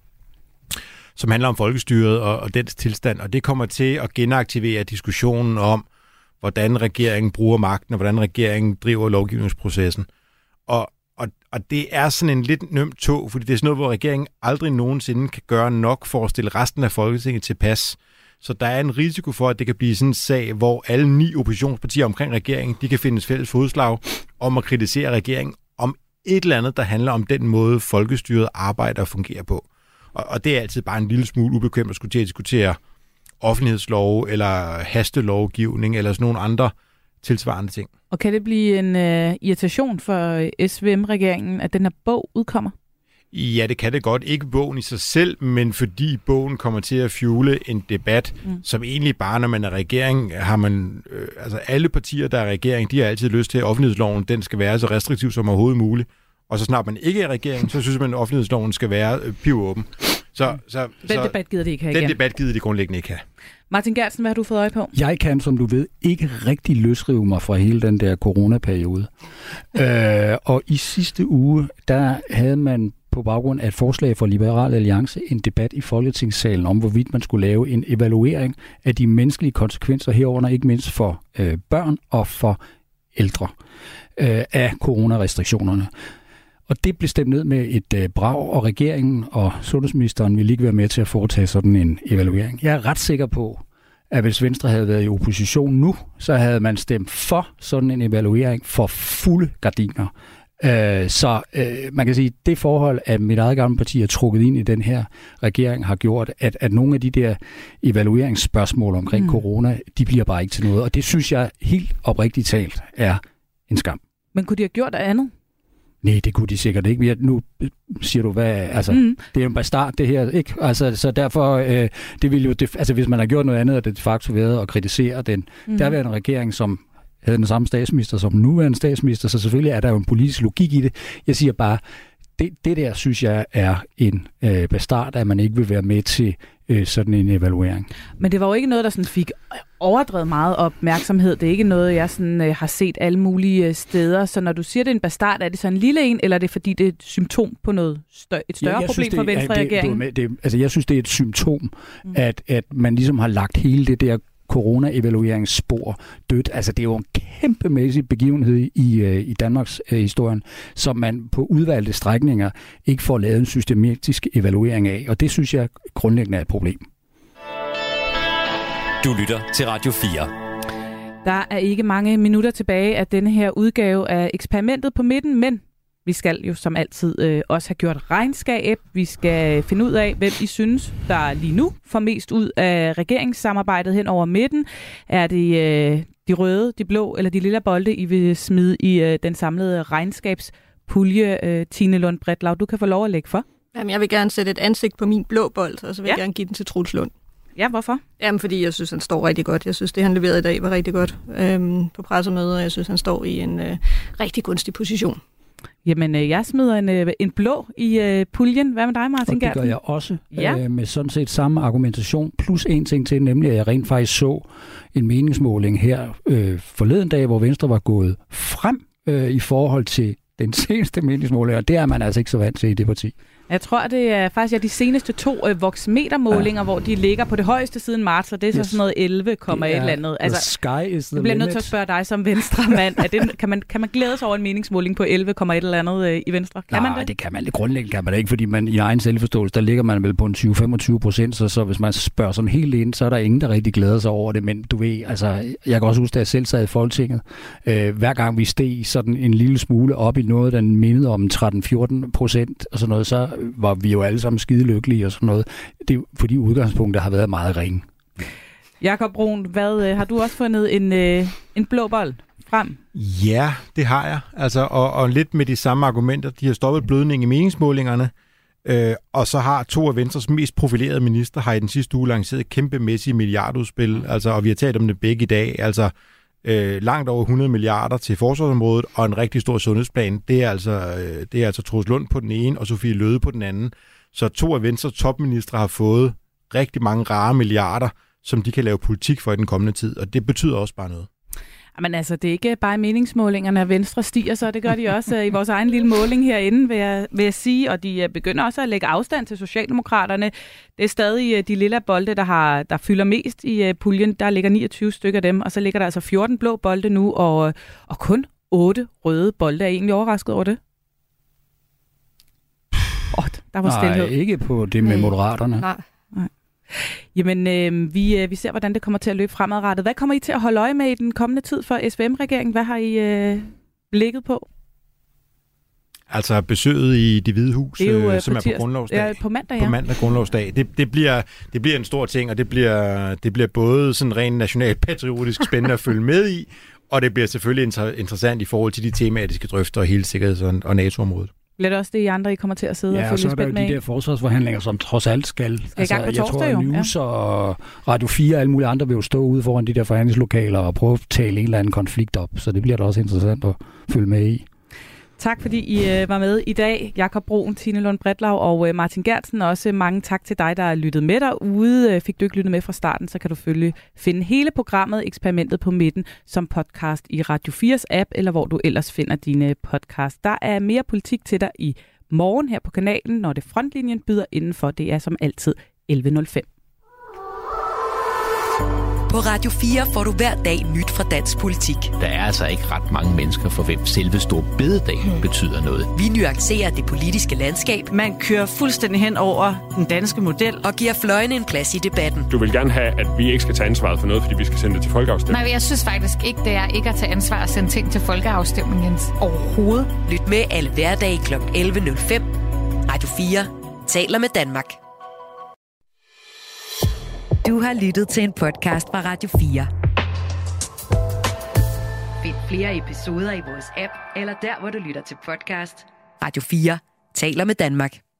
[SPEAKER 5] som handler om folkestyret og, og dens tilstand, og det kommer til at genaktivere diskussionen om, hvordan regeringen bruger magten, og hvordan regeringen driver lovgivningsprocessen. Og Og, og det er sådan en lidt nømt tog, fordi det er sådan noget, hvor regeringen aldrig nogensinde kan gøre nok for at stille resten af Folketinget til pas. Så der er en risiko for, at det kan blive sådan en sag, hvor alle ni oppositionspartier omkring regeringen, de kan findes fælles fodslag om at kritisere regeringen om et eller andet, der handler om den måde, folkestyret arbejder og fungerer på. Og, og det er altid bare en lille smule ubekvemt at skulle til at diskutere offentlighedslov eller hastelovgivning eller sådan nogle andre tilsvarende ting.
[SPEAKER 3] Og kan det blive en uh, irritation for S V M-regeringen, at den her bog udkommer?
[SPEAKER 5] Ja, det kan det godt. Ikke bogen i sig selv, men fordi bogen kommer til at fuele en debat, mm. som egentlig bare, når man er regering, har man... Øh, altså alle partier, der er regering, de har altid lyst til, at offentlighedsloven den skal være så restriktiv som overhovedet muligt. Og så snart man ikke er regering, så synes man, at offentlighedsloven skal være øh, pivåben. Så, så,
[SPEAKER 3] den
[SPEAKER 5] så,
[SPEAKER 3] debat gider de ikke have
[SPEAKER 5] Den
[SPEAKER 3] igen.
[SPEAKER 5] debat gider de grundlæggende ikke have.
[SPEAKER 3] Martin Gertsen, hvad har du fået øje på?
[SPEAKER 4] Jeg kan, som du ved, ikke rigtig løsrive mig fra hele den der coronaperiode. øh, og i sidste uge, der havde man på baggrund af et forslag fra Liberal Alliance en debat i Folketingssalen om, hvorvidt man skulle lave en evaluering af de menneskelige konsekvenser herunder, ikke mindst for øh, børn og for ældre øh, af coronarestriktionerne. Og det blev stemt ned med et øh, brag, og regeringen og sundhedsministeren ville ikke være med til at foretage sådan en evaluering. Jeg er ret sikker på, at hvis Venstre havde været i opposition nu, så havde man stemt for sådan en evaluering for fulde gardiner. Øh, så øh, man kan sige, at det forhold, at mit eget gamle parti er trukket ind i den her regering, har gjort, at, at nogle af de der evalueringsspørgsmål omkring mm. corona, de bliver bare ikke til noget. Og det synes jeg helt oprigtigt talt er en skam.
[SPEAKER 3] Men kunne de have gjort andet?
[SPEAKER 4] Nej, det kunne de sikkert ikke. Nu siger du, hvad, altså, mm. det er jo en bastard, det her, ikke? Altså, så derfor, øh, det ville jo, det, altså, hvis man har gjort noget andet, at det de facto været at kritisere den mm. derværende regering, som havde den samme statsminister som nuværende statsminister, så selvfølgelig er der jo en politisk logik i det. Jeg siger bare, det, det der, synes jeg, er en øh, bastard, at man ikke vil være med til øh, sådan en evaluering.
[SPEAKER 3] Men det var jo ikke noget, der sådan fik overdrevet meget opmærksomhed. Det er ikke noget, jeg sådan, øh, har set alle mulige steder. Så når du siger, det er en bastard, er det så en lille en, eller er det fordi, det er et symptom på noget større, et større ja, problem synes, for Venstre-regeringen?
[SPEAKER 4] Altså, jeg synes, det er et symptom, mm. at, at man ligesom har lagt hele det der corona-evalueringsspor dødt. Altså, det er jo en kæmpemæssig begivenhed i, øh, i Danmarks øh, historien, som man på udvalgte strækninger ikke får lavet en systematisk evaluering af, og det synes jeg grundlæggende er et problem.
[SPEAKER 2] Du lytter til Radio fire.
[SPEAKER 3] Der er ikke mange minutter tilbage af denne her udgave af eksperimentet på midten, men vi skal jo som altid øh, også have gjort regnskab. Vi skal finde ud af, hvem I synes, der lige nu får mest ud af regeringssamarbejdet hen over midten. Er det øh, de røde, de blå eller de lilla bolde, I vil smide i øh, den samlede regnskabspulje? Øh, Tine Lund Bretlau, du kan få lov at lægge for.
[SPEAKER 6] Jamen, jeg vil gerne sætte et ansigt på min blå bold, og så vil ja. jeg gerne give den til Troels Lund.
[SPEAKER 3] Ja, hvorfor?
[SPEAKER 6] Jamen, fordi jeg synes, han står rigtig godt. Jeg synes, det han leverede i dag var rigtig godt øhm, på pressemøder. Jeg synes, han står i en øh, rigtig gunstig position.
[SPEAKER 3] Jamen, øh, jeg smider en, øh, en blå i øh, puljen. Hvad med dig, Martin Geertsen?
[SPEAKER 4] Og det gør jeg også
[SPEAKER 3] ja.
[SPEAKER 4] øh, med sådan set samme argumentation. Plus en ting til, nemlig at jeg rent faktisk så en meningsmåling her øh, forleden dag, hvor Venstre var gået frem øh, i forhold til den seneste meningsmåling, og det er man altså ikke så vant til i det parti.
[SPEAKER 3] Jeg tror, det er faktisk ja, de seneste to øh, voxmetermålinger, ja. hvor de ligger på det højeste siden marts, og det er så yes. sådan noget elleve komma et eller andet.
[SPEAKER 4] Altså, sky is the
[SPEAKER 3] jeg bliver
[SPEAKER 4] limit.
[SPEAKER 3] nødt til at spørge dig som venstremand. Er det, kan, man, kan man glæde sig over en meningsmåling på elleve komma et eller andet øh, i Venstre? Kan
[SPEAKER 4] Nej,
[SPEAKER 3] man det?
[SPEAKER 4] det kan man. Det grundlæggende kan man det ikke, fordi man i egen selvforståelse, der ligger man vel på en tyve til femogtyve procent, så, så hvis man spørger sådan helt ind, så er der ingen, der rigtig glæder sig over det. Men du ved, altså, jeg kan også huske, at jeg selv sad i Folketinget. Øh, hver gang vi steg sådan en lille smule op i noget, der mindede om tretten til fjorten procent og sådan noget, så var vi jo alle sammen skide lykkelige og sådan noget. Det er fordi udgangspunktet har været meget ringe.
[SPEAKER 3] Jakob Brun, hvad øh, har du også fundet en, øh, en blå bold frem?
[SPEAKER 5] Ja, det har jeg. Altså, og, og lidt med de samme argumenter. De har stoppet blødning i meningsmålingerne, øh, og så har to af Venstres mest profilerede minister har i den sidste uge lanceret et kæmpemæssigt milliardudspil, altså, og vi har talt om det begge i dag, altså øh, langt over hundrede milliarder til forsvarsområdet og en rigtig stor sundhedsplan. Det er altså, øh, det er altså Troels Lund på den ene og Sofie Løhde på den anden. Så to af Venstres topministre har fået rigtig mange rare milliarder, som de kan lave politik for i den kommende tid, og det betyder også bare noget.
[SPEAKER 3] Men altså, det er ikke bare meningsmålingerne, at Venstre stiger, så det gør de også i vores egen lille måling herinde, vil jeg, vil jeg sige, og de begynder også at lægge afstand til Socialdemokraterne. Det er stadig de lilla bolde, der, har, der fylder mest i puljen. Der ligger niogtyve stykker af dem, og så ligger der altså fjorten blå bolde nu, og, og kun otte røde bolde. Er I egentlig overrasket over det? Oh, der var stilhed.
[SPEAKER 4] Nej, ikke på det med Moderaterne.
[SPEAKER 6] Nej.
[SPEAKER 3] Nej. Jamen, øh, vi, øh, vi ser, hvordan det kommer til at løbe fremadrettet. Hvad kommer I til at holde øje med i den kommende tid for S V M-regeringen? Hvad har I øh, blikket på?
[SPEAKER 5] Altså besøget i Det Hvide Hus,
[SPEAKER 3] det er jo,
[SPEAKER 5] øh, som
[SPEAKER 3] på
[SPEAKER 5] er på grundlovsdag.
[SPEAKER 3] Ja, på mandag, ja.
[SPEAKER 5] På mandag grundlovsdag. Det, det, bliver, det bliver en stor ting, og det bliver, det bliver både sådan rent nationalpatriotisk spændende at følge med i, og det bliver selvfølgelig inter- interessant i forhold til de temaer, de skal drøfte, og hele sikkerheds- og, og NATO-området.
[SPEAKER 3] Bliver det også det, I andre I kommer til at sidde
[SPEAKER 4] ja,
[SPEAKER 3] og følge spændt med? Ja,
[SPEAKER 4] og så er der jo de der forsvarsforhandlinger, som trods alt skal.
[SPEAKER 3] Skal altså, i gang på torsdag,
[SPEAKER 4] jeg tror,
[SPEAKER 3] jo.
[SPEAKER 4] News ja. og Radio fire og alle mulige andre vil jo stå ude foran de der forhandlingslokaler og prøve at tale en eller anden konflikt op. Så det bliver da også interessant at følge med i.
[SPEAKER 3] Tak fordi I øh, var med i dag. Jakob Brun, Tine Lund Bretlau og øh, Martin Geertsen. Også mange tak til dig, der har lyttet med derude. Fik du ikke lyttet med fra starten, så kan du følge, finde hele programmet Eksperimentet på midten som podcast i Radio fires app, eller hvor du ellers finder dine podcast. Der er mere politik til dig i morgen her på kanalen, når det Frontlinjen byder indenfor. Det er som altid elleve nul fem.
[SPEAKER 1] På Radio fire får du hver dag nyt fra dansk politik.
[SPEAKER 12] Der er altså ikke ret mange mennesker, for hvem selve store bededag hmm. betyder noget.
[SPEAKER 1] Vi nuancerer det politiske landskab.
[SPEAKER 13] Man kører fuldstændig hen over den danske model.
[SPEAKER 1] Og giver fløjene en plads i debatten.
[SPEAKER 14] Du vil gerne have, at vi ikke skal tage ansvaret for noget, fordi vi skal sende det til folkeafstemning.
[SPEAKER 15] Nej, jeg synes faktisk ikke, det er ikke at tage ansvar og sende ting til folkeafstemning, Jens.
[SPEAKER 1] Overhovedet. Lyt med alle hverdage kl. elleve nul fem. Radio fire taler med Danmark. Du har lyttet til en podcast fra Radio fire. Find flere episoder i vores app, eller der, hvor du lytter til podcast. Radio fire taler med Danmark.